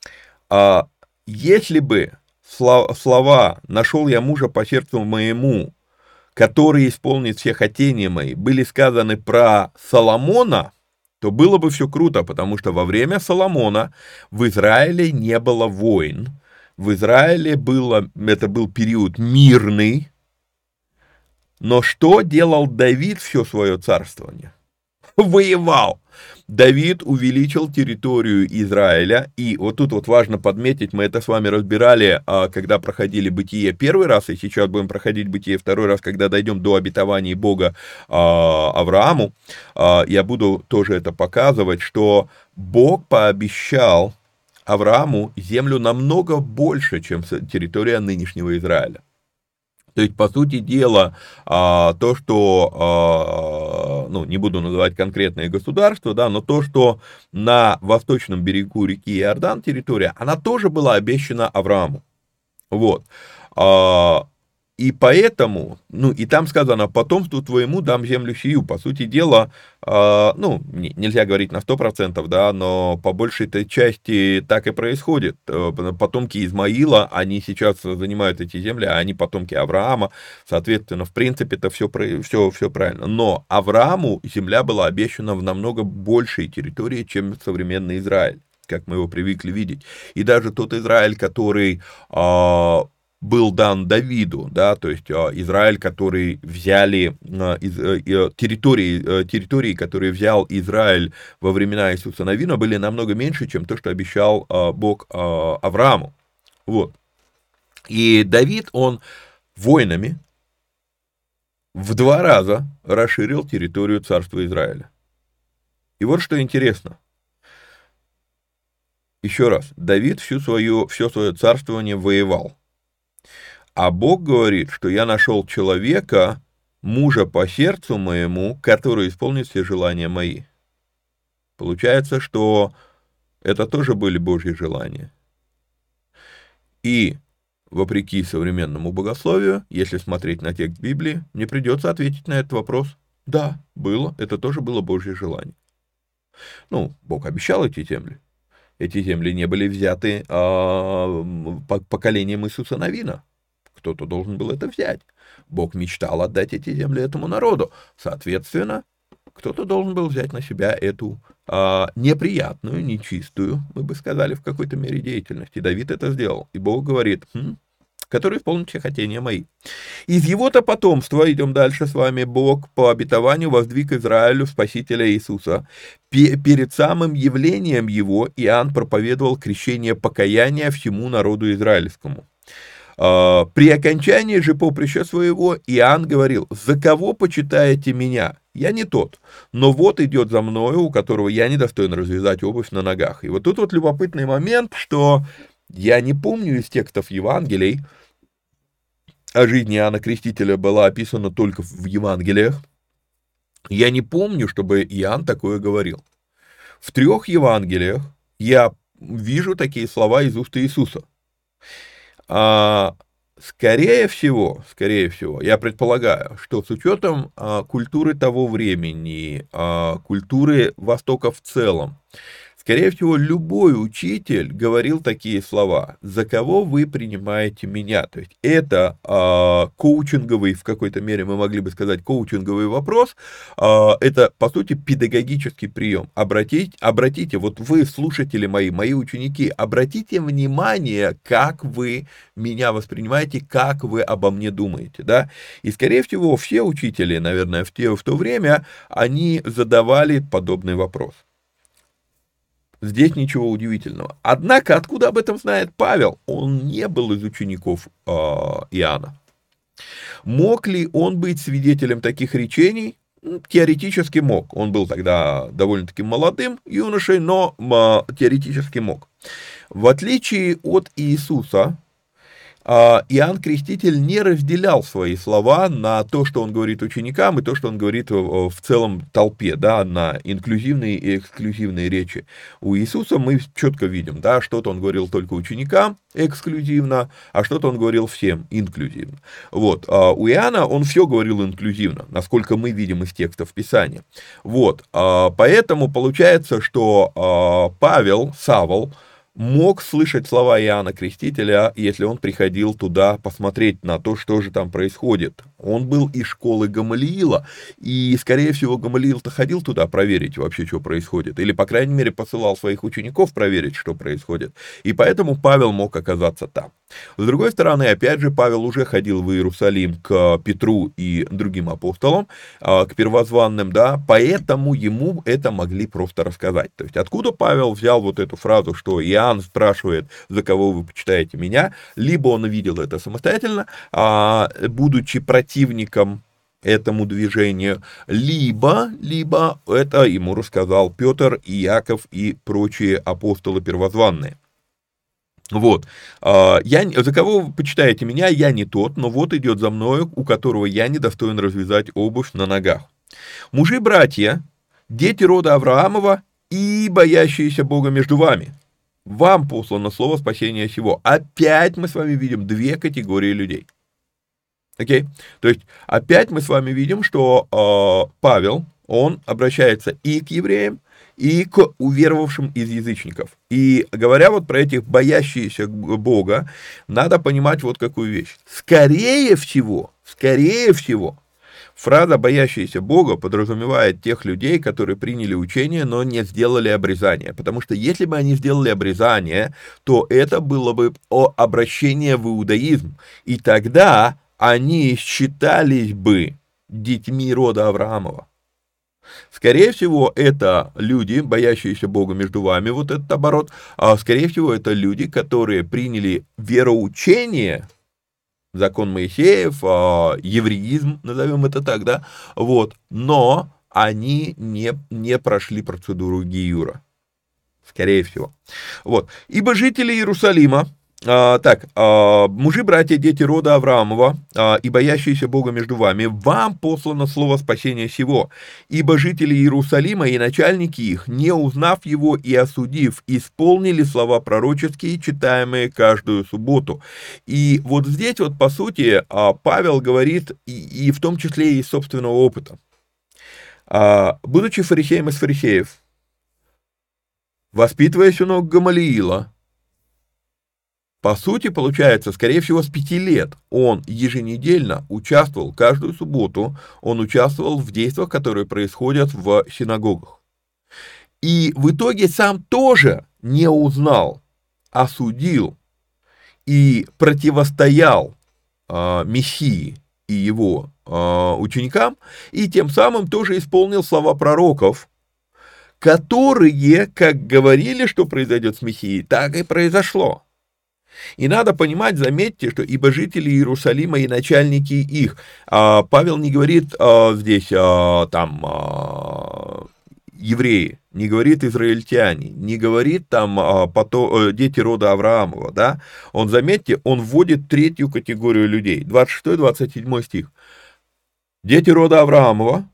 Если бы слова «нашел я мужа по сердцу моему», который исполнит все хотения мои, были сказаны про Соломона, то было бы все круто, потому что во время Соломона в Израиле не было войн, в Израиле это был период мирный, Но что делал Давид все свое царствование? Воевал. Давид увеличил территорию Израиля, и вот тут вот важно подметить, мы это с вами разбирали, когда проходили Бытие первый раз, и сейчас будем проходить Бытие второй раз, когда дойдем до обетований Бога Аврааму, я буду тоже это показывать, что Бог пообещал Аврааму землю намного больше, чем территория нынешнего Израиля. То есть, по сути дела, то, что, ну, не буду называть конкретные государства, да, но то, что на восточном берегу реки Иордан территория, она тоже была обещана Аврааму. Вот. И поэтому, ну, и там сказано, потомству твоему дам землю сию. По сути дела, ну, нельзя говорить на 100%, да, но по большей этой части так и происходит. Потомки Измаила, они сейчас занимают эти земли, а они потомки Авраама. Соответственно, в принципе, это все правильно. Но Аврааму земля была обещана в намного большей территории, чем современный Израиль, как мы его привыкли видеть. И даже тот Израиль, который был дан Давиду, да, то есть Израиль, который взяли, территории, которые взял Израиль во времена Иисуса Навина, были намного меньше, чем то, что обещал Бог Аврааму. Вот. И Давид, он войнами в 2 раза расширил территорию царства Израиля. И вот что интересно. Еще раз, Давид все свое царствование воевал. А Бог говорит, что я нашел человека, мужа по сердцу моему, который исполнит все желания мои. Получается, что это тоже были Божьи желания. И, вопреки современному богословию, если смотреть на текст Библии, мне придется ответить на этот вопрос. Да, было, это тоже было Божье желание. Ну, Бог обещал эти земли. Эти земли не были взяты поколением Иисуса Навина. Кто-то должен был это взять. Бог мечтал отдать эти земли этому народу. Соответственно, кто-то должен был взять на себя эту неприятную, нечистую, мы бы сказали, в какой-то мере деятельность. И Давид это сделал. И Бог говорит, который исполнит все хотения мои. Из его-то потомства, идем дальше с вами, Бог по обетованию воздвиг Израилю Спасителя Иисуса. Перед самым явлением его Иоанн проповедовал крещение покаяния всему народу израильскому. При окончании же поприща своего Иоанн говорил: «За кого почитаете меня? Я не тот, но вот идет за мною, у которого я недостоин развязать обувь на ногах». И вот тут вот любопытный момент, что я не помню из текстов Евангелий, а жизнь Иоанна Крестителя была описана только в Евангелиях, я не помню, чтобы Иоанн такое говорил. В 3 Евангелиях я вижу такие слова из уст Иисуса. Скорее всего, я предполагаю, что с учетом культуры того времени, культуры Востока в целом, скорее всего, любой учитель говорил такие слова: «За кого вы принимаете меня?» То есть это коучинговый, в какой-то мере мы могли бы сказать, коучинговый вопрос, это, по сути, педагогический прием. Обратите, вот вы, слушатели мои ученики, обратите внимание, как вы меня воспринимаете, как вы обо мне думаете, да? И, скорее всего, все учители, наверное, в то время, они задавали подобный вопрос. Здесь ничего удивительного. Однако, откуда об этом знает Павел? Он не был из учеников Иоанна. Мог ли он быть свидетелем таких речений? Теоретически мог. Он был тогда довольно-таки молодым юношей, но теоретически мог. В отличие от Иисуса, Иоанн Креститель не разделял свои слова на то, что он говорит ученикам, и то, что он говорит в целом толпе, да, на инклюзивные и эксклюзивные речи. У Иисуса мы четко видим, да, что-то он говорил только ученикам эксклюзивно, а что-то он говорил всем инклюзивно. Вот. У Иоанна он все говорил инклюзивно, насколько мы видим из текстов Писания. Вот. Поэтому получается, что Савл, мог слышать слова Иоанна Крестителя, если он приходил туда посмотреть на то, что же там происходит. Он был из школы Гамалиила, и, скорее всего, Гамалиил-то ходил туда проверить вообще, что происходит, или, по крайней мере, посылал своих учеников проверить, что происходит, и поэтому Павел мог оказаться там. С другой стороны, опять же, Павел уже ходил в Иерусалим к Петру и другим апостолам, к первозванным, да, поэтому ему это могли просто рассказать. То есть, откуда Павел взял вот эту фразу, что Иоанн спрашивает, за кого вы почитаете меня, либо он видел это самостоятельно, будучи противником этому движению, либо это ему рассказал Петр и Яков и прочие апостолы первозванные. Вот, за кого вы почитаете меня, я не тот, но вот идет за мною, у которого я не достоин развязать обувь на ногах. Мужи-братья, дети рода Авраамова и боящиеся Бога между вами, вам послано слово спасения сего. Опять мы с вами видим две категории людей. Окей? То есть, опять мы с вами видим, что Павел, он обращается и к евреям, и к уверовавшим из язычников. И говоря вот про этих боящиеся Бога, надо понимать вот какую вещь. Скорее всего, фраза «боящиеся Бога» подразумевает тех людей, которые приняли учение, но не сделали обрезание. Потому что если бы они сделали обрезание, то это было бы обращение в иудаизм. И тогда они считались бы детьми рода Авраамова. Скорее всего, это люди, боящиеся Бога между вами, вот этот оборот, скорее всего, это люди, которые приняли вероучение, закон Моисеев, евреизм, назовем это так, да, вот, но они не прошли процедуру гиюра, скорее всего. Вот, ибо жители Иерусалима, мужи, братья, дети рода Авраамова и боящиеся Бога между вами, вам послано слово спасения сего, ибо жители Иерусалима и начальники их, не узнав его и осудив, исполнили слова пророческие, читаемые каждую субботу. И вот здесь вот, по сути, Павел говорит, и в том числе и из собственного опыта. Будучи фарисеем из фарисеев, воспитываясь у ног Гамалиила, по сути, получается, скорее всего, с 5 лет он еженедельно участвовал, каждую субботу он участвовал в действиях, которые происходят в синагогах. И в итоге сам тоже не узнал, осудил и противостоял Мессии и его ученикам, и тем самым тоже исполнил слова пророков, которые, как говорили, что произойдет с Мессией, так и произошло. И надо понимать, заметьте, что ибо жители Иерусалима и начальники их, Павел не говорит здесь евреи, не говорит израильтяне, не говорит дети рода Авраамова, да, он, заметьте, он вводит третью категорию людей, 26-27 стих. Дети рода Авраамова,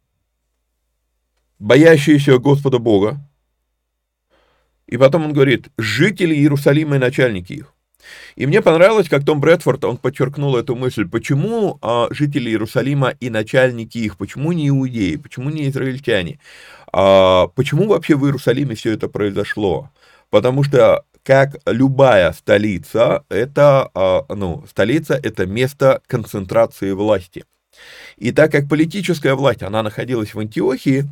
боящиеся Господа Бога, и потом он говорит, жители Иерусалима и начальники их. И мне понравилось, как Том Брэдфорд, он подчеркнул эту мысль, почему жители Иерусалима и начальники их, почему не иудеи, почему не израильтяне, почему вообще в Иерусалиме все это произошло? Потому что, как любая столица, столица – это место концентрации власти. И так как политическая власть, она находилась в Антиохии,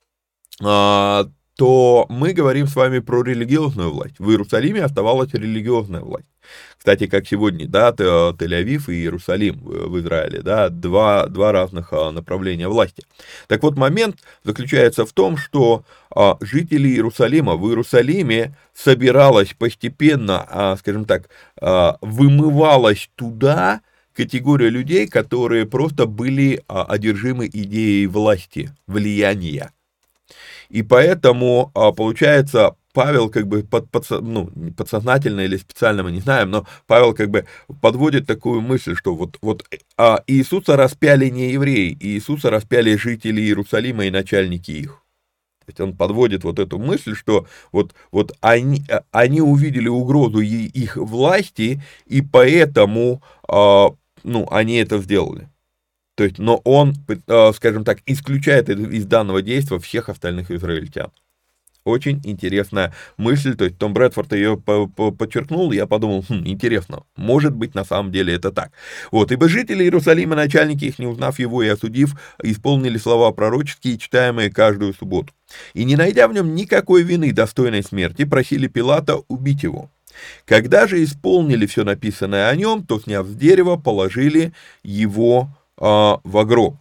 то мы говорим с вами про религиозную власть. В Иерусалиме оставалась религиозная власть. Кстати, как сегодня, да, Тель-Авив и Иерусалим в Израиле, да, два разных направления власти. Так вот, момент заключается в том, что жители Иерусалима в Иерусалиме собиралась постепенно, скажем так, вымывалась туда категория людей, которые просто были одержимы идеей власти, влияния. И поэтому, получается, Павел как бы подсознательно или специально, мы не знаем, но Павел как бы подводит такую мысль, что вот Иисуса распяли не евреи, Иисуса распяли жители Иерусалима и начальники их. То есть он подводит вот эту мысль, что вот они увидели угрозу их власти, и поэтому они это сделали. То есть, но он, скажем так, исключает из данного действия всех остальных израильтян. Очень интересная мысль, то есть Том Брэдфорд ее подчеркнул, и я подумал, интересно, может быть на самом деле это так. Вот, ибо жители Иерусалима, начальники их, не узнав его и осудив, исполнили слова пророческие, читаемые каждую субботу. И не найдя в нем никакой вины, достойной смерти, просили Пилата убить его. Когда же исполнили все написанное о нем, то, сняв с дерева, положили его во гроб.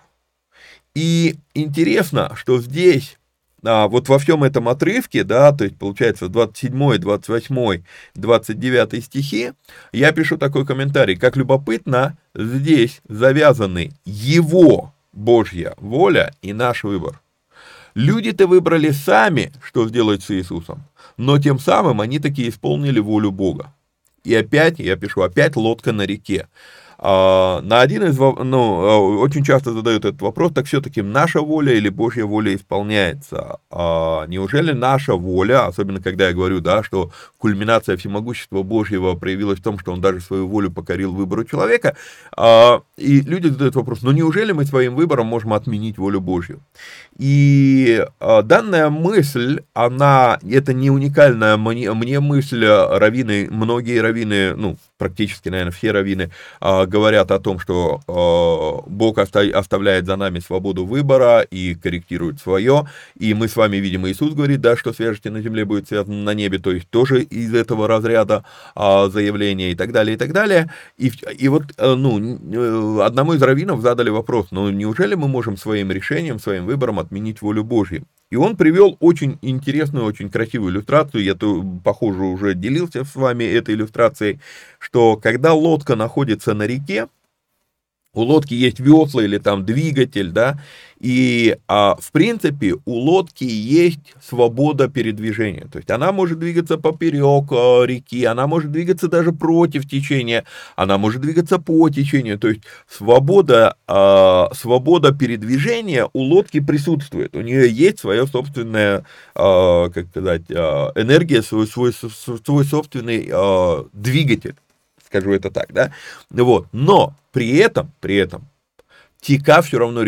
И интересно, что здесь, вот во всем этом отрывке, да, то есть получается 27, 28, 29 стихи, я пишу такой комментарий: как любопытно, здесь завязаны его Божья воля и наш выбор. Люди-то выбрали сами, что сделать с Иисусом, но тем самым они таки исполнили волю Бога. И опять, я пишу, опять лодка на реке. На один из, очень часто задают этот вопрос: так все-таки наша воля или Божья воля исполняется? Неужели наша воля, особенно когда я говорю, да, что кульминация всемогущества Божьего проявилась в том, что Он даже свою волю покорил выбору человека, и люди задают вопрос: ну неужели мы своим выбором можем отменить волю Божью? И данная мысль, это не уникальная мне мысль, раввины, многие раввины, практически, наверное, все раввины говорят о том, что Бог оставляет за нами свободу выбора и корректирует свое, и мы с вами видим, Иисус говорит, да, что свяжете на земле, будет связано на небе, то есть тоже из этого разряда заявления и так далее, и так далее. И вот, одному из раввинов задали вопрос: неужели мы можем своим решением, своим выбором отменить волю Божью? И он привел очень интересную, очень красивую иллюстрацию, я, похоже, уже делился с вами этой иллюстрацией, что когда лодка находится на реке, у лодки есть весла или там двигатель, да, и в принципе у лодки есть свобода передвижения, то есть она может двигаться поперек реки, она может двигаться даже против течения, она может двигаться по течению, то есть свобода передвижения у лодки присутствует, у нее есть своя собственная, энергия, свой собственный двигатель. Скажу это так, да, вот, но при этом, река все равно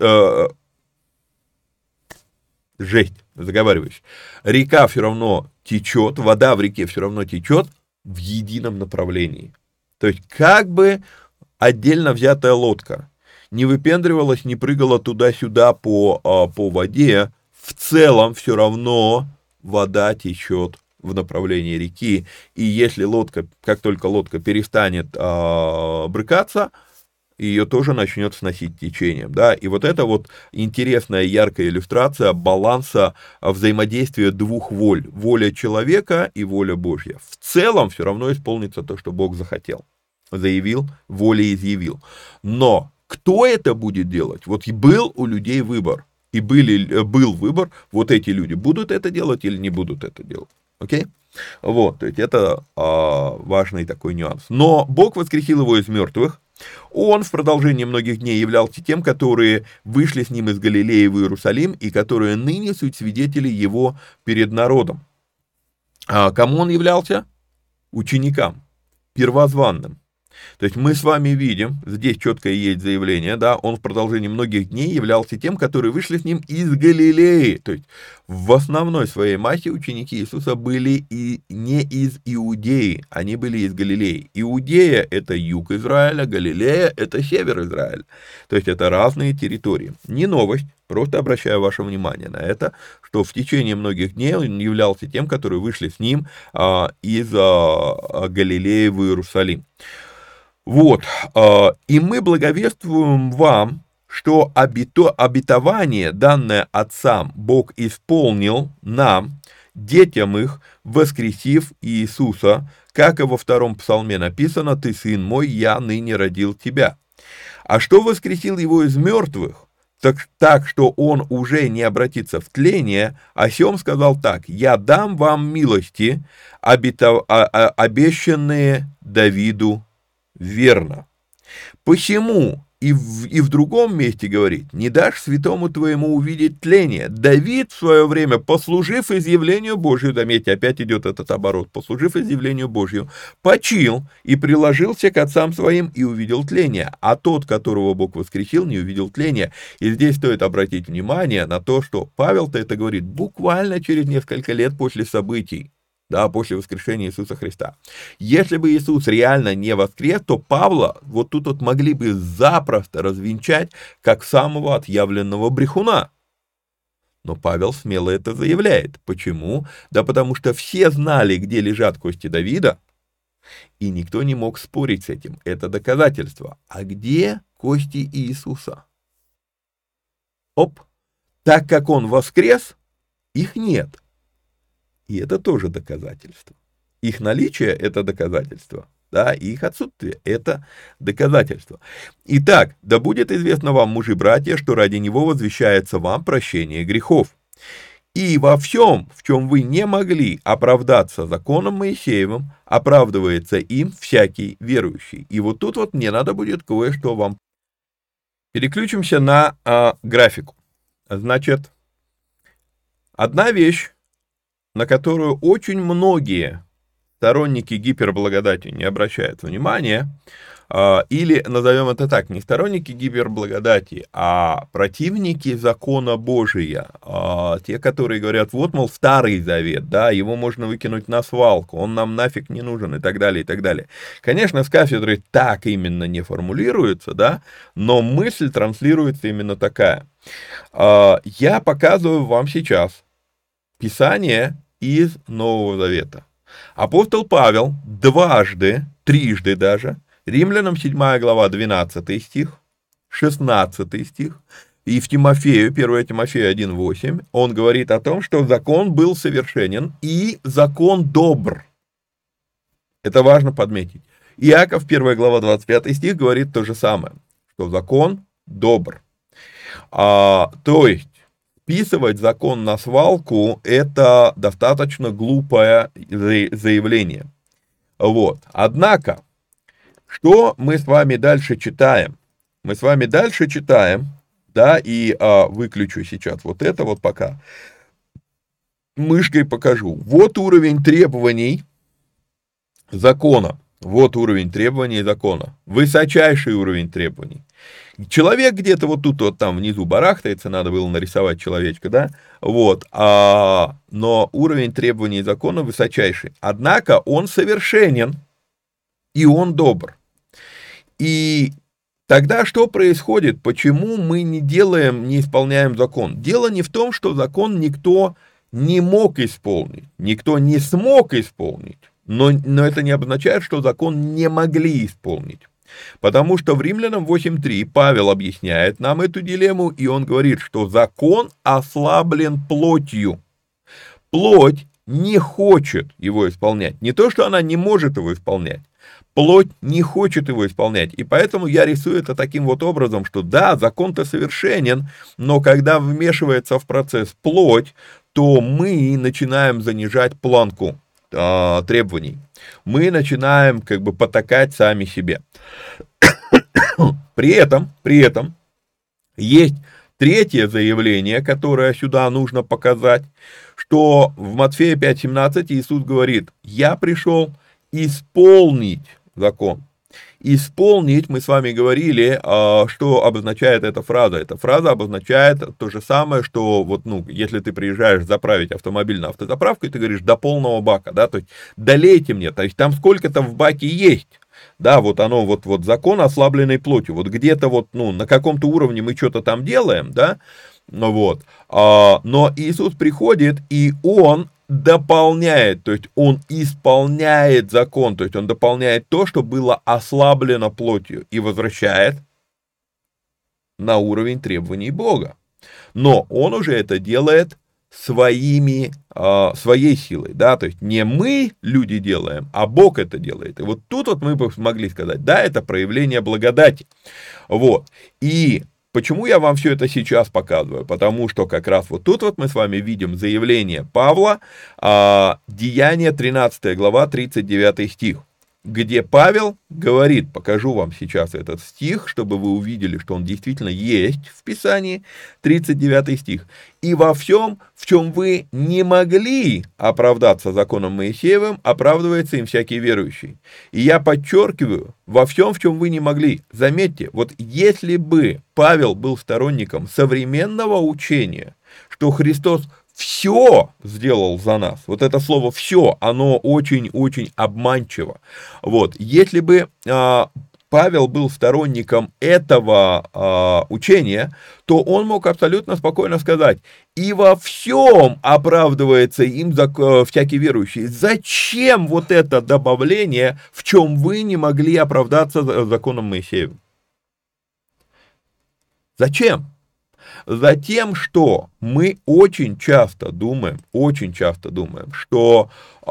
река все равно течет, вода в реке все равно течет в едином направлении, то есть как бы отдельно взятая лодка не выпендривалась, не прыгала туда-сюда по воде, в целом все равно вода течет в направлении реки, и если как только лодка перестанет брыкаться, ее тоже начнет сносить течением, да, и вот это вот интересная, яркая иллюстрация баланса взаимодействия двух воль, воля человека и воля Божья. В целом все равно исполнится то, что Бог захотел, заявил, волей изъявил, но кто это будет делать? Вот и был у людей выбор, и был выбор, вот эти люди будут это делать или не будут это делать. Окей? Вот, то есть это важный такой нюанс. Но Бог воскресил его из мертвых. Он в продолжении многих дней являлся тем, которые вышли с ним из Галилеи в Иерусалим, и которые ныне суть свидетели его перед народом. Кому он являлся? Ученикам, первозванным. То есть мы с вами видим, здесь четко есть заявление, да, он в продолжении многих дней являлся тем, которые вышли с ним из Галилеи. То есть в основной своей массе ученики Иисуса были и не из Иудеи, они были из Галилеи. Иудея — это юг Израиля, Галилея — это север Израиля. То есть это разные территории. Не новость, просто обращаю ваше внимание на это, что в течение многих дней он являлся тем, которые вышли с ним из Галилеи в Иерусалим. Вот, и мы благовествуем вам, что обетование, данное отцам, Бог исполнил нам, детям их, воскресив Иисуса, как и во втором псалме написано: «Ты, сын мой, я ныне родил тебя». А что воскресил его из мертвых, так что он уже не обратится в тление, о сем сказал так: «Я дам вам милости, обещанные Давиду верно». Почему? И в другом месте говорит: «Не дашь святому твоему увидеть тление». Давид в свое время, послужив изъявлению Божию, заметьте, опять идет этот оборот, послужив изъявлению Божию, почил и приложился к отцам своим и увидел тление, а тот, которого Бог воскресил, не увидел тления. И здесь стоит обратить внимание на то, что Павел-то это говорит буквально через несколько лет после событий, да, после воскрешения Иисуса Христа. Если бы Иисус реально не воскрес, то Павла вот тут вот могли бы запросто развенчать как самого отъявленного брехуна. Но Павел смело это заявляет. Почему? Да потому что все знали, где лежат кости Давида, и никто не мог спорить с этим. Это доказательство. А где кости Иисуса? Оп! Так как он воскрес, их нет. И это тоже доказательство. Их наличие – это доказательство. Да, и их отсутствие – это доказательство. Итак, да будет известно вам, мужи, братья, что ради него возвещается вам прощение грехов. И во всем, в чем вы не могли оправдаться законом Моисеевым, оправдывается им всякий верующий. И вот тут вот мне надо будет кое-что вам. Переключимся на графику. Значит, одна вещь, на которую очень многие сторонники гиперблагодати не обращают внимания, или, назовем это так, не сторонники гиперблагодати, а противники закона Божия, те, которые говорят, вот, мол, Старый Завет, да, его можно выкинуть на свалку, он нам нафиг не нужен и так далее, и так далее. Конечно, с кафедры так именно не формулируется, да, но мысль транслируется именно такая. Я показываю вам сейчас Писание из Нового Завета. Апостол Павел трижды даже, Римлянам 7 глава 12 стих, 16 стих, и в Тимофею, 1 Тимофею 1:8, он говорит о том, что закон был совершенен и закон добр. Это важно подметить. Иаков, 1 глава 25 стих, говорит то же самое, что закон добр. То есть, списывать закон на свалку – это достаточно глупое заявление. Вот. Однако, что мы с вами дальше читаем? Мы с вами дальше читаем, да, и выключу сейчас вот это вот пока. Мышкой покажу. Вот уровень требований закона. Вот уровень требований закона. Высочайший уровень требований. Человек где-то вот тут вот там внизу барахтается, надо было нарисовать человечка, да, вот, но уровень требований закона высочайший, однако он совершенен, и он добр. И тогда что происходит, почему мы не исполняем закон? Дело не в том, что закон никто не мог исполнить, никто не смог исполнить, но это не обозначает, что закон не могли исполнить. Потому что в Римлянам 8:3 Павел объясняет нам эту дилемму, и он говорит, что закон ослаблен плотью. Плоть не хочет его исполнять. Не то, что она не может его исполнять. Плоть не хочет его исполнять. И поэтому я рисую это таким вот образом, что да, закон-то совершенен, но когда вмешивается в процесс плоть, то мы начинаем занижать планку требований. Мы начинаем как бы потакать сами себе. При этом есть третье заявление, которое сюда нужно показать, что в Матфея 5:17 Иисус говорит: «Я пришел исполнить закон». Исполнить, мы с вами говорили, что обозначает эта фраза. Эта фраза обозначает то же самое, что вот, если ты приезжаешь заправить автомобиль на автозаправку, и ты говоришь до полного бака, да, то есть долейте мне, то есть там сколько-то в баке есть. Да, вот оно, вот закон ослабленной плотью, вот где-то вот, на каком-то уровне мы что-то там делаем, да, вот, но Иисус приходит, и Он дополняет, то есть Он исполняет закон, то есть Он дополняет то, что было ослаблено плотью, и возвращает на уровень требований Бога. Но Он уже это делает своей силой, да, то есть не мы, люди, делаем, а Бог это делает. И вот тут вот мы бы могли сказать, да, это проявление благодати. Вот, и почему я вам все это сейчас показываю? Потому что как раз вот тут вот мы с вами видим заявление Павла, Деяния 13 глава 39 стих, где Павел говорит, покажу вам сейчас этот стих, чтобы вы увидели, что он действительно есть в Писании, 39 стих. «И во всем, в чем вы не могли оправдаться законом Моисеевым, оправдывается им всякий верующий». И я подчеркиваю, во всем, в чем вы не могли. Заметьте, вот если бы Павел был сторонником современного учения, что Христос все сделал за нас. Вот это слово «все», оно очень-очень обманчиво. Вот, если бы Павел был сторонником этого учения, то он мог абсолютно спокойно сказать: и во всем оправдывается им всякий верующий. Зачем вот это добавление, в чем вы не могли оправдаться законом Моисеевым? Зачем? Затем, что мы очень часто думаем, что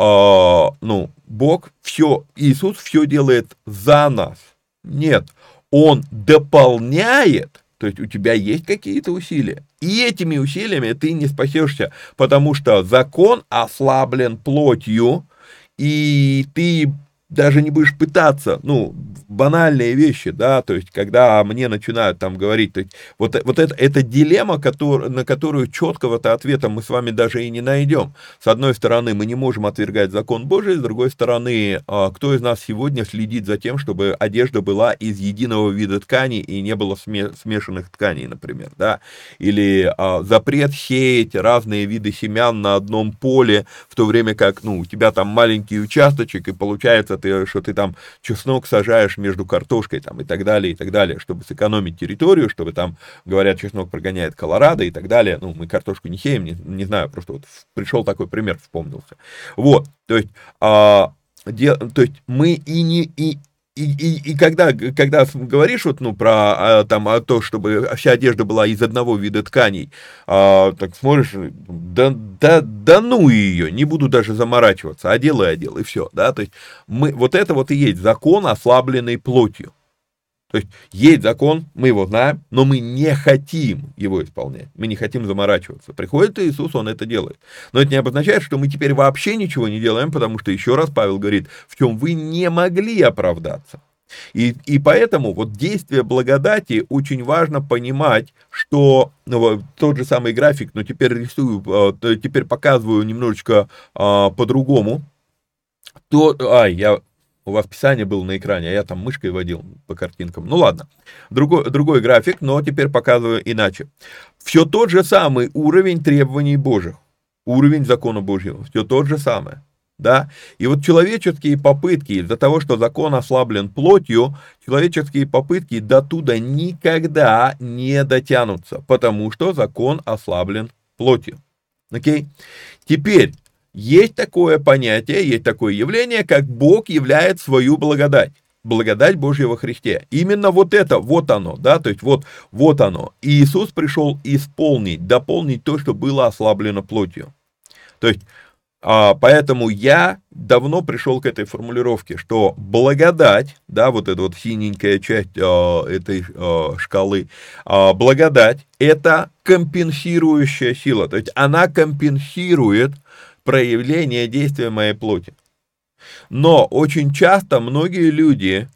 Бог Иисус все делает за нас. Нет, Он дополняет, то есть у тебя есть какие-то усилия, и этими усилиями ты не спасешься, потому что закон ослаблен плотью, и ты даже не будешь пытаться, банальные вещи, да, то есть, когда мне начинают там говорить, то есть, вот это дилемма, на которую четкого-то ответа мы с вами даже и не найдем. С одной стороны, мы не можем отвергать закон Божий, с другой стороны, кто из нас сегодня следит за тем, чтобы одежда была из единого вида ткани и не было смешанных тканей, например, да, или запрет сеять разные виды семян на одном поле, в то время как, у тебя там маленький участочек, и получается, что ты там чеснок сажаешь между картошкой там, и так далее, чтобы сэкономить территорию, чтобы там, говорят, чеснок прогоняет Колорадо и так далее. Мы картошку не сеем, не знаю, просто вот пришел такой пример, вспомнился. Вот, то есть мы и когда говоришь про то, чтобы вся одежда была из одного вида тканей, так смотришь, да ну ее, не буду даже заморачиваться, одел, и все, да, то есть вот это вот и есть закон, ослабленный плотью. То есть закон, мы его знаем, но мы не хотим его исполнять, мы не хотим заморачиваться. Приходит Иисус, Он это делает. Но это не обозначает, что мы теперь вообще ничего не делаем, потому что, еще раз Павел говорит, в чем вы не могли оправдаться. И поэтому вот действие благодати очень важно понимать, что тот же самый график, но теперь теперь показываю немножечко по-другому. У вас Писание было на экране, а я там мышкой водил по картинкам. Ну ладно, другой график, но теперь показываю иначе. Все тот же самый уровень требований Божьих, уровень закона Божьего, все тот же самое. Да? И вот человеческие попытки, из-за того, что закон ослаблен плотью, человеческие попытки до туда никогда не дотянутся, потому что закон ослаблен плотью. Окей? Теперь, есть такое понятие, есть такое явление, как Бог являет свою благодать. Благодать Божья во Христе. Именно вот это, вот оно, да, то есть вот оно. И Иисус пришел дополнить то, что было ослаблено плотью. То есть, поэтому я давно пришел к этой формулировке, что благодать, да, вот эта вот синенькая часть этой шкалы, благодать – это компенсирующая сила, то есть она компенсирует проявление действия моей плоти. Но очень часто многие люди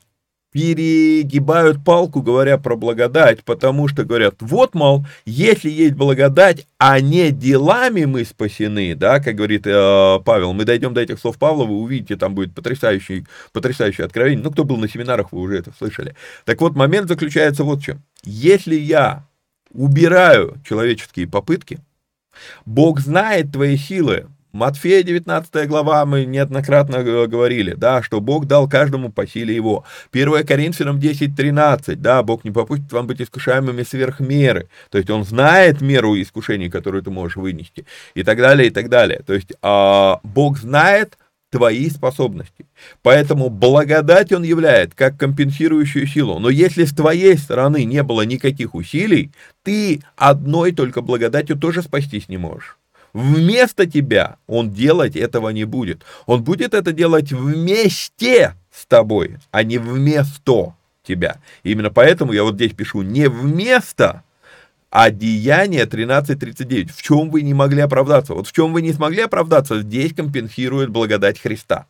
перегибают палку, говоря про благодать, потому что говорят, вот, мол, если есть благодать, а не делами мы спасены, да, как говорит Павел, мы дойдем до этих слов Павла, вы увидите, там будет потрясающее откровение, кто был на семинарах, вы уже это слышали. Так вот, момент заключается вот в чем. Если я убираю человеческие попытки, Бог знает твои силы. Матфея 19 глава, мы неоднократно говорили, да, что Бог дал каждому по силе его. 1 Коринфянам 10:13, да, Бог не попустит вам быть искушаемыми сверх меры. То есть Он знает меру искушений, которую ты можешь вынести, и так далее, и так далее. То есть Бог знает твои способности. Поэтому благодать Он являет как компенсирующую силу. Но если с твоей стороны не было никаких усилий, ты одной только благодатью тоже спастись не можешь. Вместо тебя Он делать этого не будет. Он будет это делать вместе с тобой, а не вместо тебя. Именно поэтому я вот здесь пишу не вместо, а Деяния 13:39. В чем вы не могли оправдаться? Вот в чем вы не смогли оправдаться, здесь компенсирует благодать Христа.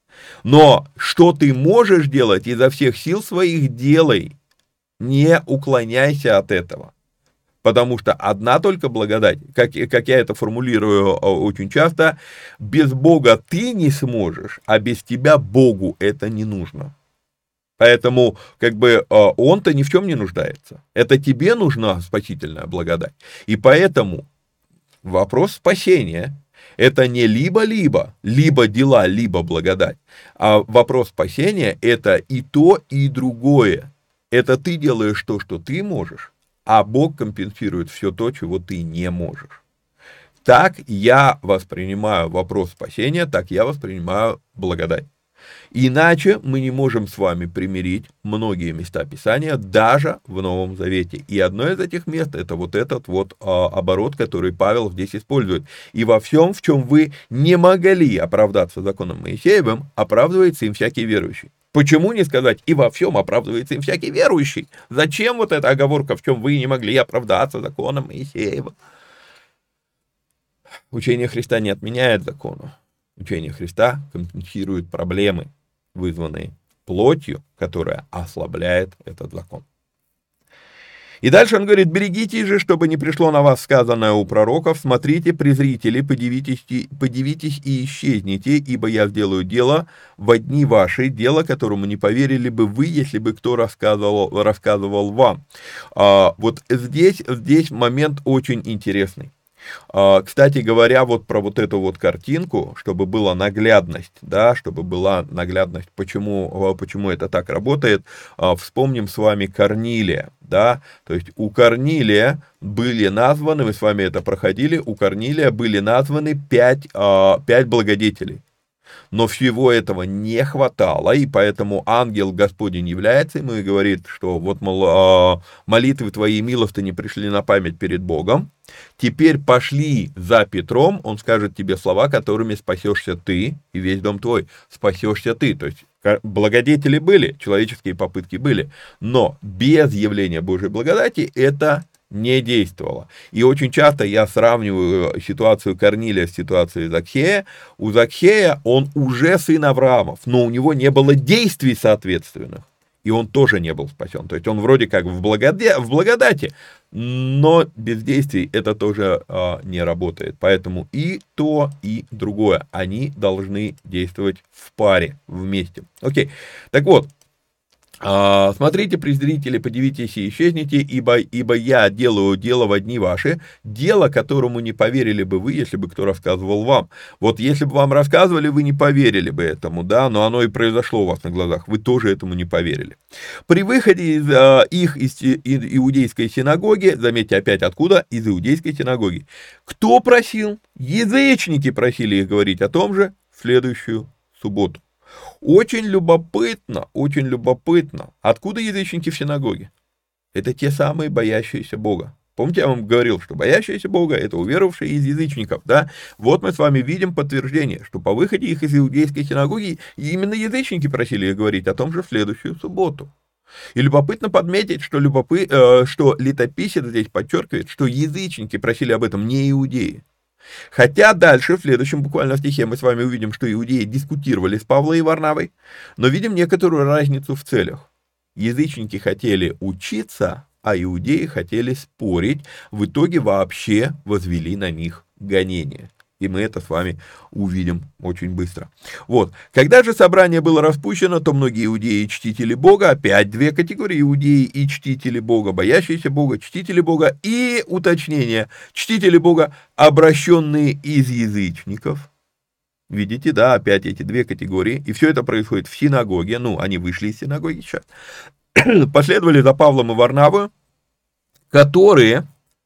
Но что ты можешь делать, изо всех сил своих делай. Не уклоняйся от этого. Потому что одна только благодать, как я это формулирую очень часто, без Бога ты не сможешь, а без тебя Богу это не нужно. Поэтому, Он-то ни в чем не нуждается. Это тебе нужна спасительная благодать. И поэтому вопрос спасения Это не либо-либо, либо дела, либо благодать. А вопрос спасения – это и то, и другое. Это ты делаешь то, что ты можешь, а Бог компенсирует все то, чего ты не можешь. Так я воспринимаю вопрос спасения, так я воспринимаю благодать. Иначе мы не можем с вами примирить многие места Писания даже в Новом Завете. И одно из этих мест — это вот этот вот оборот, который Павел здесь использует. «И во всем, в чем вы не могли оправдаться законом Моисеевым, оправдывается им всякий верующий». Почему не сказать «и во всем оправдывается им всякий верующий»? Зачем вот эта оговорка «в чем вы не могли оправдаться законом Моисеевым»? Учение Христа не отменяет закона. Учение Христа компенсирует проблемы, вызванные плотью, которая ослабляет этот закон. И дальше он говорит: «Берегитесь же, чтобы не пришло на вас сказанное у пророков, смотрите, презрители, подивитесь и исчезните, ибо я сделаю дело во дни ваши, дело, которому не поверили бы вы, если бы кто рассказывал вам». Вот здесь момент очень интересный. Кстати говоря, вот про вот эту вот картинку, чтобы была наглядность, да, почему это так работает, вспомним с вами Корнилия, да, то есть у Корнилия были названы, мы с вами это проходили, у Корнилия были названы 5 благодетелей. Но всего этого не хватало, и поэтому ангел Господень является ему и говорит, что вот, мол, молитвы твои милостыни пришли на память перед Богом, теперь пошли за Петром, он скажет тебе слова, которыми спасешься ты и весь дом твой, спасешься ты, то есть благодетели были, человеческие попытки были, но без явления Божьей благодати это не действовало. И очень часто я сравниваю ситуацию Корнилия с ситуацией Закхея. У Закхея он уже сын Авраамов, но у него не было действий соответственных, и он тоже не был спасен. То есть он вроде как в благодати, но без действий это тоже не работает. Поэтому и то, и другое, они должны действовать в паре, вместе. Окей, так вот. Смотрите, презрители, подивитесь и исчезните, ибо я делаю дело во дни ваши, дело, которому не поверили бы вы, если бы кто рассказывал вам. Вот если бы вам рассказывали, вы не поверили бы этому, да, но оно и произошло у вас на глазах, вы тоже этому не поверили. При выходе из иудейской синагоги, заметьте опять откуда, из иудейской синагоги, кто просил? Язычники просили их говорить о том же в следующую субботу. Очень любопытно, откуда язычники в синагоге? Это те самые боящиеся Бога. Помните, я вам говорил, что боящиеся Бога — это уверовавшие из язычников, да? Вот мы с вами видим подтверждение, что по выходе их из иудейской синагоги именно язычники просили их говорить о том же в следующую субботу. И любопытно подметить, что летописец здесь подчеркивает, что язычники просили об этом не иудеи. Хотя дальше, в следующем буквально стихе, мы с вами увидим, что иудеи дискутировали с Павлом и Варнавой, но видим некоторую разницу в целях. Язычники хотели учиться, а иудеи хотели спорить, в итоге вообще возвели на них гонение. И мы это с вами увидим очень быстро. Вот. Когда же собрание было распущено, то многие иудеи и чтители Бога, опять две категории: иудеи и чтители Бога, боящиеся Бога, чтители Бога, и уточнение: чтители Бога, обращенные из язычников. Видите, да, опять эти две категории. И все это происходит в синагоге. Они вышли из синагоги сейчас. Последовали за Павлом и Варнавой, которые,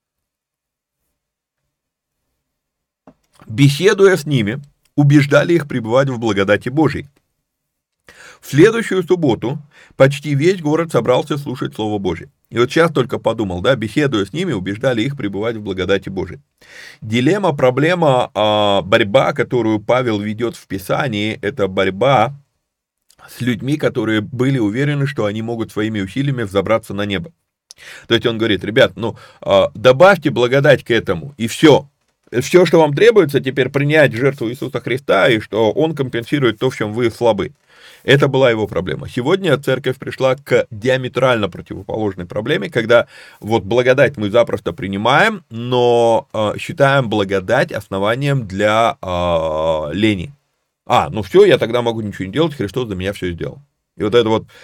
беседуя с ними, убеждали их пребывать в благодати Божьей. В следующую субботу почти весь город собрался слушать Слово Божье. И вот сейчас только подумал, да, беседуя с ними, убеждали их пребывать в благодати Божьей. Дилемма, проблема, борьба, которую Павел ведет в Писании, это борьба с людьми, которые были уверены, что они могут своими усилиями взобраться на небо. То есть он говорит: ребят, добавьте благодать к этому, и все. Все, что вам требуется, теперь принять жертву Иисуса Христа, и что Он компенсирует то, в чем вы слабы. Это была его проблема. Сегодня церковь пришла к диаметрально противоположной проблеме, когда вот благодать мы запросто принимаем, но считаем благодать основанием для лени. Все, я тогда могу ничего не делать, Христос за меня все сделал. И вот это вот,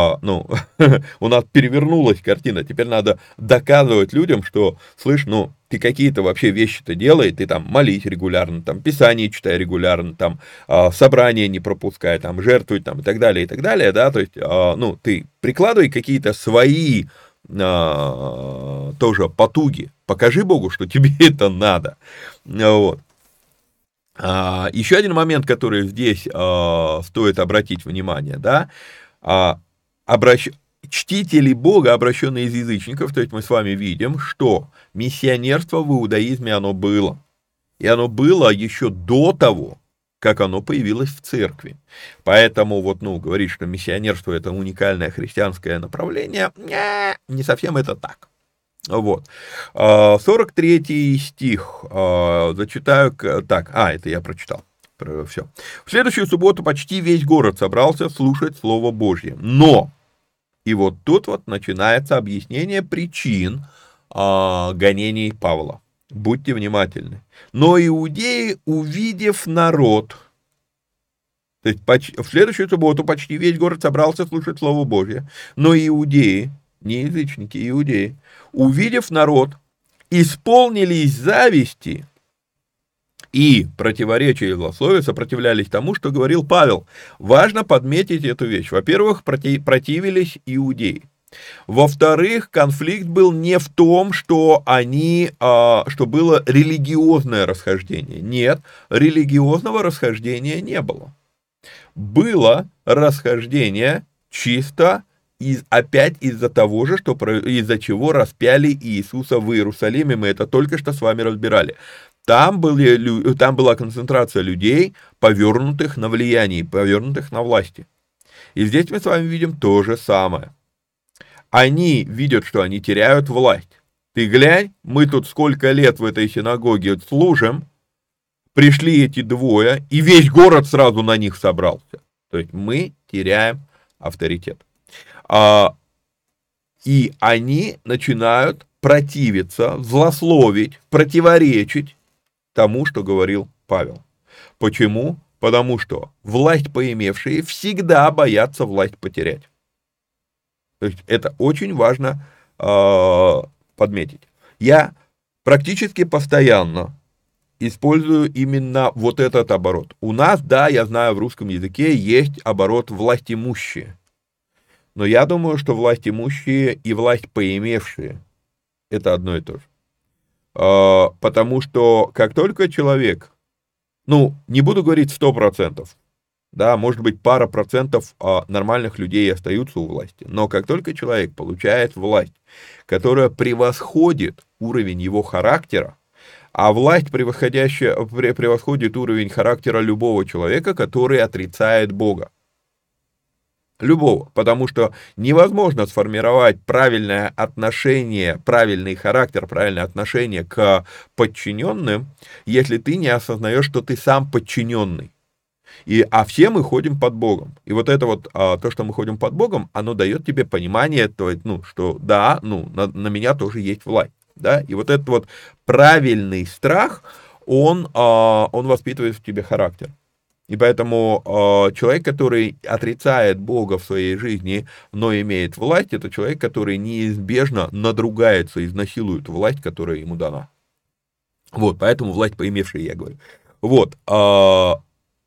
у нас перевернулась картина. Теперь надо доказывать людям, что, слышь, ты какие-то вообще вещи-то делай, ты там молись регулярно, там Писание читай регулярно, там собрания не пропускай, там жертвуй, там и так далее, да, то есть, ну, ты прикладывай какие-то свои тоже потуги, покажи Богу, что тебе это надо, вот. Еще один момент, который здесь стоит обратить внимание, да, чтители Бога, обращенные из язычников, то есть мы с вами видим, что миссионерство в иудаизме оно было, и оно было еще до того, как оно появилось в церкви. Поэтому вот, ну, говорить, что миссионерство это уникальное христианское направление, не совсем это так. Вот. 43 стих зачитаю. Так, это я прочитал. Все. В следующую субботу почти весь город собрался слушать Слово Божье. Но, и вот тут вот начинается объяснение причин гонений Павла. Будьте внимательны. Но иудеи, увидев народ, то есть в следующую субботу почти весь город собрался слушать Слово Божье, но иудеи, не язычники, иудеи, увидев народ, исполнились зависти и, противоречия и злословия, сопротивлялись тому, что говорил Павел. Важно подметить эту вещь. Во-первых, противились иудеи. Во-вторых, конфликт был не в том, что что было религиозное расхождение. Нет, религиозного расхождения не было. Было расхождение чисто опять из-за того же, из-за чего распяли Иисуса в Иерусалиме, мы это только что с вами разбирали. Там была концентрация людей, повернутых на влияние, повернутых на власти. И здесь мы с вами видим то же самое. Они видят, что они теряют власть. Ты глянь, мы тут сколько лет в этой синагоге служим, пришли эти двое, и весь город сразу на них собрался. То есть мы теряем авторитет. И они начинают противиться, злословить, противоречить тому, что говорил Павел. Почему? Потому что власть поимевшие всегда боятся власть потерять. То есть это очень важно подметить. Я практически постоянно использую именно вот этот оборот. У нас, да, я знаю, в русском языке есть оборот властимущие. Но я думаю, что властимущие и власть поимевшие – это одно и то же. Потому что как только человек, ну, не буду говорить 100%, да, может быть, пара процентов нормальных людей остаются у власти, но как только человек получает власть, которая превосходит уровень его характера, а власть, превосходит уровень характера любого человека, который отрицает Бога. Любого, потому что невозможно сформировать правильное отношение, правильный характер, правильное отношение к подчиненным, если ты не осознаешь, что ты сам подчиненный. А все мы ходим под Богом. И вот это вот, то, что мы ходим под Богом, оно дает тебе понимание, что да, на меня тоже есть власть. Да? И вот этот вот правильный страх, он воспитывает в тебе характер. И поэтому человек, который отрицает Бога в своей жизни, но имеет власть, это человек, который неизбежно надругается, изнасилует власть, которая ему дана. Вот, поэтому власть поимевшая, я говорю. Вот. Что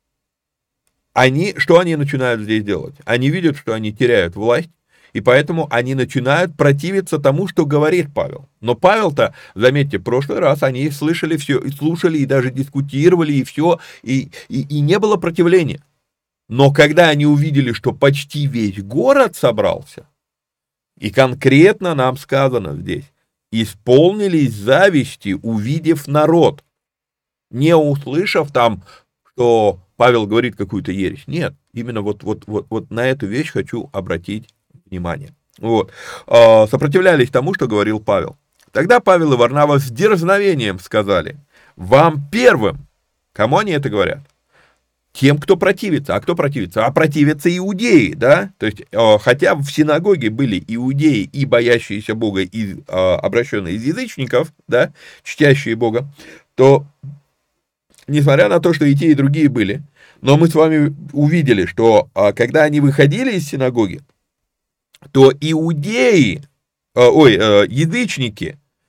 они начинают здесь делать? Они видят, что они теряют власть, и поэтому они начинают противиться тому, что говорит Павел. Но Павел-то, заметьте, в прошлый раз они слышали все, и слушали, и даже дискутировали, и все, и не было противления. Но когда они увидели, что почти весь город собрался, и конкретно нам сказано здесь, исполнились зависти, увидев народ, не услышав там, что Павел говорит какую-то ересь. Нет, именно вот на эту вещь хочу обратить внимание. Вот. Сопротивлялись тому, что говорил Павел. Тогда Павел и Варнава с дерзновением сказали: вам первым. Кому они это говорят? Тем, кто противится. А кто противится? А противятся иудеи, да? То есть, хотя в синагоге были иудеи и боящиеся Бога, и обращенные из язычников, да, чтящие Бога, то, несмотря на то, что и те, и другие были, но мы с вами увидели, что когда они выходили из синагоги, то язычники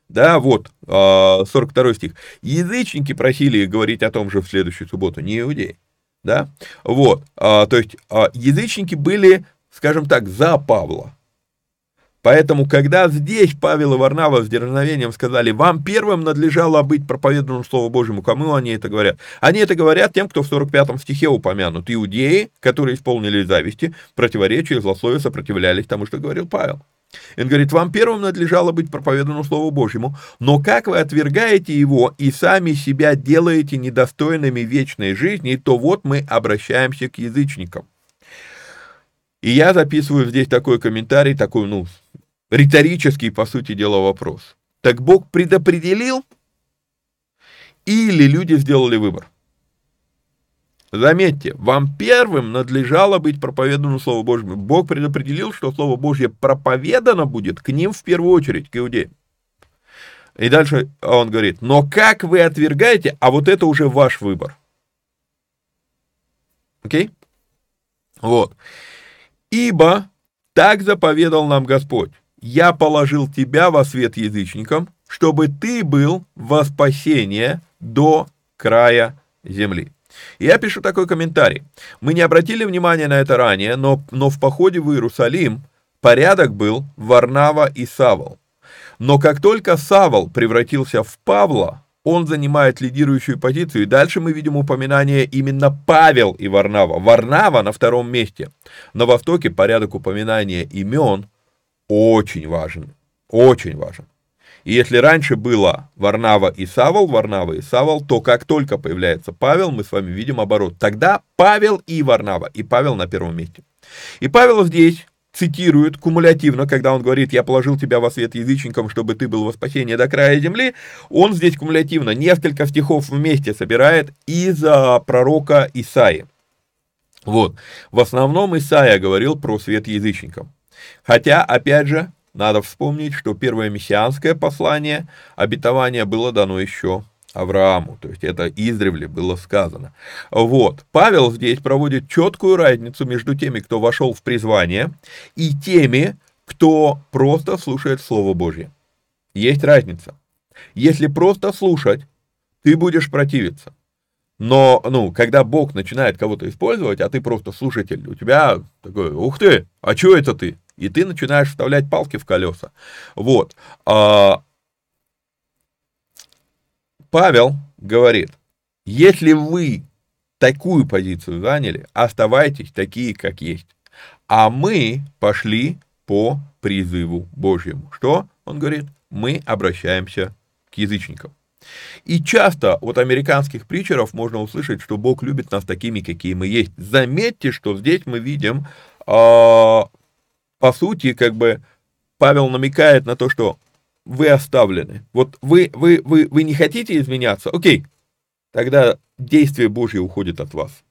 Да, вот, 42 стих. Язычники просили говорить о том же в следующую субботу, не иудеи. Да, вот, то есть язычники были, скажем так, за Павла. Поэтому, когда здесь Павел и Варнава с дерзновением сказали, вам первым надлежало быть проповеданным Слову Божьему, кому они это говорят? Они это говорят тем, кто в 45 стихе упомянут. Иудеи, которые исполнили зависти, противоречия, злословия, сопротивлялись тому, что говорил Павел. Он говорит, вам первым надлежало быть проповеданным Слову Божьему, но как вы отвергаете его и сами себя делаете недостойными вечной жизни, то вот мы обращаемся к язычникам. И я записываю здесь такой комментарий, такой, риторический, по сути дела, вопрос. Так Бог предопределил или люди сделали выбор? Заметьте, вам первым надлежало быть проповеданным Слову Божьему. Бог предопределил, что Слово Божье проповедано будет к ним в первую очередь, к иудеям. И дальше он говорит, но как вы отвергаете, а вот это уже ваш выбор. Окей? Вот. Ибо так заповедал нам Господь, я положил тебя во свет язычникам, чтобы ты был во спасение до края земли. Я пишу такой комментарий. Мы не обратили внимания на это ранее, но в походе в Иерусалим порядок был Варнава и Савл. Но как только Савл превратился в Павла, он занимает лидирующую позицию, и дальше мы видим упоминание именно Павел и Варнава. Варнава на втором месте. На Востоке порядок упоминания имен очень важен, очень важен. И если раньше было Варнава и Савл, то как только появляется Павел, мы с вами видим оборот. Тогда Павел и Варнава, и Павел на первом месте. И Павел здесь цитирует кумулятивно, когда он говорит, я положил тебя во свет язычникам, чтобы ты был во спасение до края земли, он здесь кумулятивно несколько стихов вместе собирает из пророка Исаии. Вот, в основном Исаия говорил про свет язычникам. Хотя, опять же, надо вспомнить, что первое мессианское послание, обетование было дано еще Аврааму, то есть это издревле было сказано. Вот, Павел здесь проводит четкую разницу между теми, кто вошел в призвание, и теми, кто просто слушает Слово Божье. Есть разница. Если просто слушать, ты будешь противиться. Но, когда Бог начинает кого-то использовать, а ты просто слушатель, у тебя такой, ух ты, а что это ты? И ты начинаешь вставлять палки в колеса. Вот. Павел говорит, если вы такую позицию заняли, оставайтесь такие, как есть. А мы пошли по призыву Божьему. Что? Он говорит, мы обращаемся к язычникам. И часто от американских притчеров можно услышать, что Бог любит нас такими, какие мы есть. Заметьте, что здесь мы видим, по сути, Павел намекает на то, что вы оставлены. Вот вы не хотите изменяться? Окей, тогда действие Божье уходит от вас.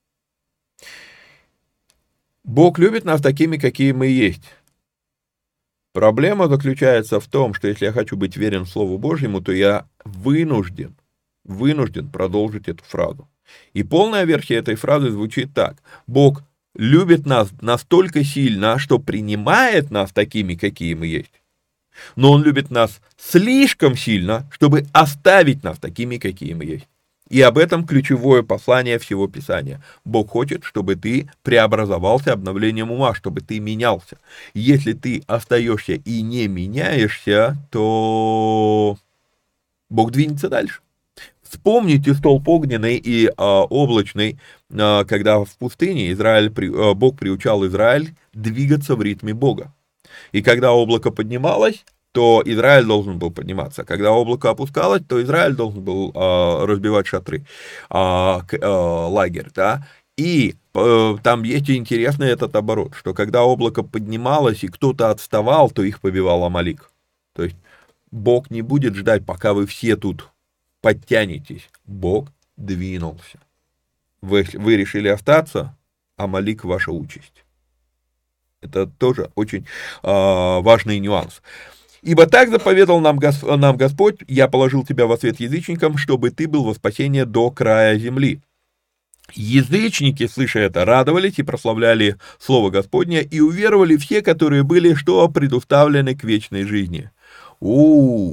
Бог любит нас такими, какие мы есть. Проблема заключается в том, что если я хочу быть верен Слову Божьему, то я вынужден продолжить эту фразу. И полная версия этой фразы звучит так. Бог любит нас настолько сильно, что принимает нас такими, какие мы есть. Но Он любит нас слишком сильно, чтобы оставить нас такими, какие мы есть. И об этом ключевое послание всего Писания. Бог хочет, чтобы ты преобразовался обновлением ума, чтобы ты менялся. Если ты остаешься и не меняешься, то Бог двинется дальше. Вспомните столб огненный и облачный, когда в пустыне Бог приучал Израиль двигаться в ритме Бога. И когда облако поднималось, то Израиль должен был подниматься. Когда облако опускалось, то Израиль должен был разбивать шатры, лагерь. Да? И там есть интересный этот оборот, что когда облако поднималось и кто-то отставал, то их побивал Амалик. То есть Бог не будет ждать, пока вы все тут подтянетесь. Бог двинулся. Вы решили остаться, Амалик ваша участь. Это тоже очень важный нюанс. Ибо так заповедал нам Господь, я положил тебя во свет язычникам, чтобы ты был во спасение до края земли. Язычники, слыша это, радовались и прославляли Слово Господне, и уверовали все, которые были, что предуставлены к вечной жизни.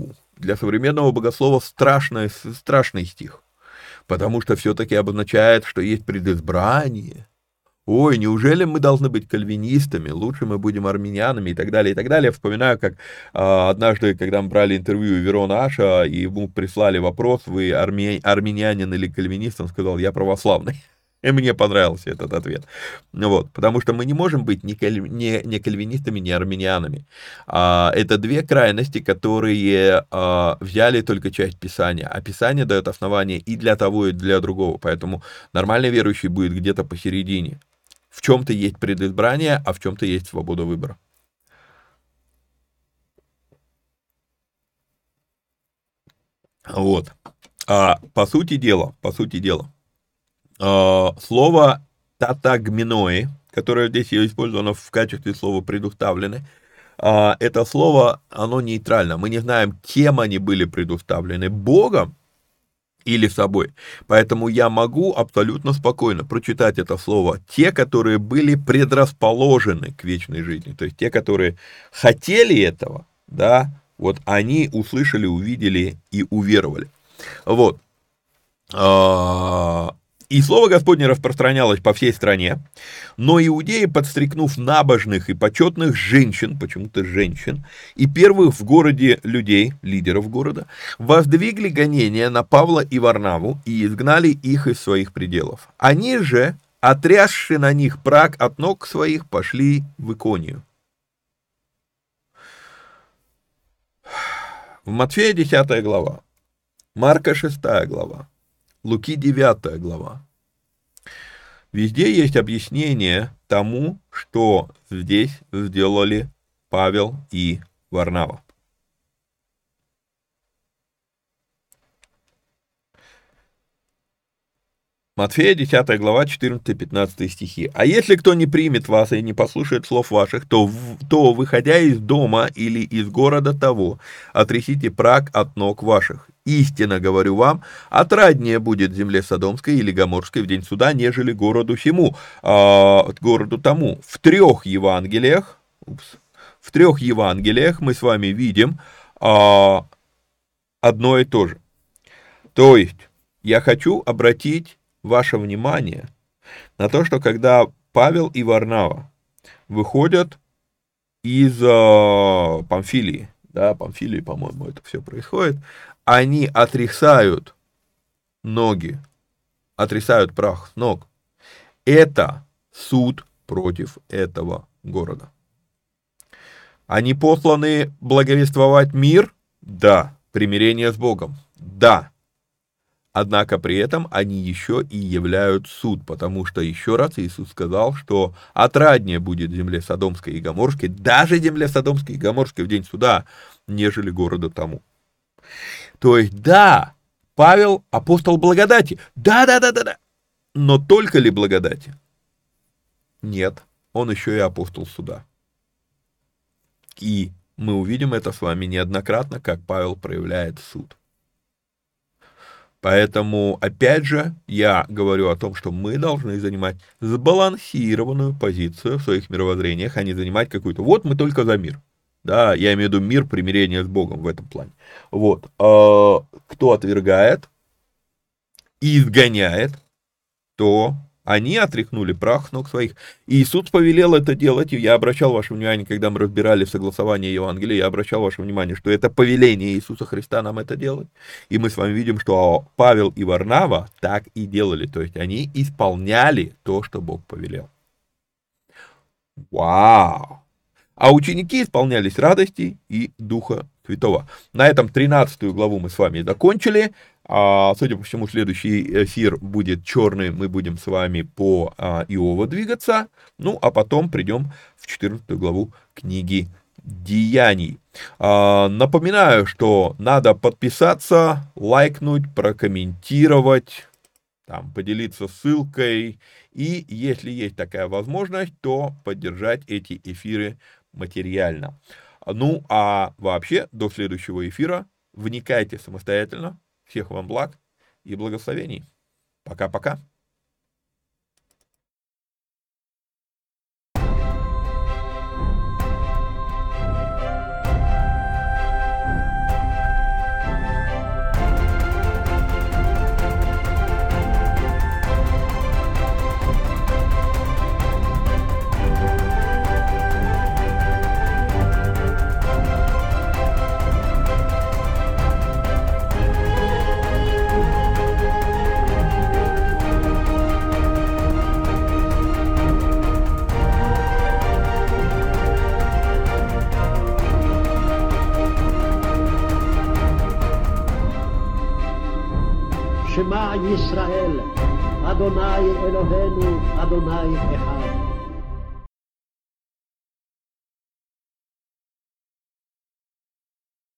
для современного богослова страшный стих, потому что все-таки обозначает, что есть предизбрание. Ой, неужели мы должны быть кальвинистами, лучше мы будем армянянами и так далее, и так далее. Вспоминаю, как однажды, когда мы брали интервью у Верона Аша, и ему прислали вопрос, вы армянянин или кальвинист, он сказал, я православный. И мне понравился этот ответ. Вот, потому что мы не можем быть ни кальвинистами, ни армянянами. Это две крайности, которые взяли только часть Писания. А Писание дает основание и для того, и для другого. Поэтому нормальный верующий будет где-то посередине. В чем-то есть предизбрание, а в чем-то есть свобода выбора. Вот. По сути дела, слово татагменои, которое здесь использовано в качестве слова предуставлены, это слово, оно нейтрально. Мы не знаем, кем они были предуставлены, Богом или собой. Поэтому я могу абсолютно спокойно прочитать это слово. Те, которые были предрасположены к вечной жизни, то есть те, которые хотели этого, да, вот они услышали, увидели и уверовали. Вот. И слово Господне распространялось по всей стране, но иудеи, подстрекнув набожных и почетных женщин, почему-то женщин, и первых в городе людей, лидеров города, воздвигли гонения на Павла и Варнаву и изгнали их из своих пределов. Они же, отрясши на них прах от ног своих, пошли в Иконию. В Матфея 10 глава, Марка 6 глава, Луки 9 глава. Везде есть объяснение тому, что здесь сделали Павел и Варнава. Матфея 10 глава, 14-15 стихи. «А если кто не примет вас и не послушает слов ваших, то, выходя из дома или из города того, отрясите прах от ног ваших. Истинно говорю вам, отраднее будет земле Содомской или Гоморской в день суда, нежели городу сему, городу тому». В трех Евангелиях мы с вами видим одно и то же. То есть, я хочу обратить ваше внимание на то, что когда Павел и Варнава выходят из Памфилии, да, Памфилии, по-моему, это все происходит, они отрясают ноги, отрясают прах с ног. Это суд против этого города. Они посланы благовествовать мир? Да. Примирение с Богом? Да. Однако при этом они еще и являют суд, потому что еще раз Иисус сказал, что отраднее будет земле Содомской и Гоморской, даже земле Содомской и Гоморской в день суда, нежели городу тому. То есть, да, Павел апостол благодати, да, но только ли благодати? Нет, он еще и апостол суда. И мы увидим это с вами неоднократно, как Павел проявляет суд. Поэтому, опять же, я говорю о том, что мы должны занимать сбалансированную позицию в своих мировоззрениях, а не занимать какую-то, вот мы только за мир. Да, я имею в виду мир, примирение с Богом в этом плане. Вот. Кто отвергает и изгоняет, то они отряхнули прах с ног своих. И Иисус повелел это делать, и я обращал ваше внимание, когда мы разбирали согласование Евангелия, я обращал ваше внимание, что это повеление Иисуса Христа нам это делать. И мы с вами видим, что Павел и Варнава так и делали, то есть они исполняли то, что Бог повелел. Вау! А ученики исполнялись радости и Духа Святого. На этом 13 главу мы с вами закончили. Судя по всему, следующий эфир будет черный, мы будем с вами по Иова двигаться, ну а потом придем в 14 главу книги Деяний. Напоминаю, что надо подписаться, лайкнуть, прокомментировать, поделиться ссылкой, и если есть такая возможность, то поддержать эти эфиры материально. Ну а вообще, до следующего эфира вникайте самостоятельно. Всех вам благ и благословений. Пока-пока. שמע ישראל, אדוני אלוהינו, אדוני אחד.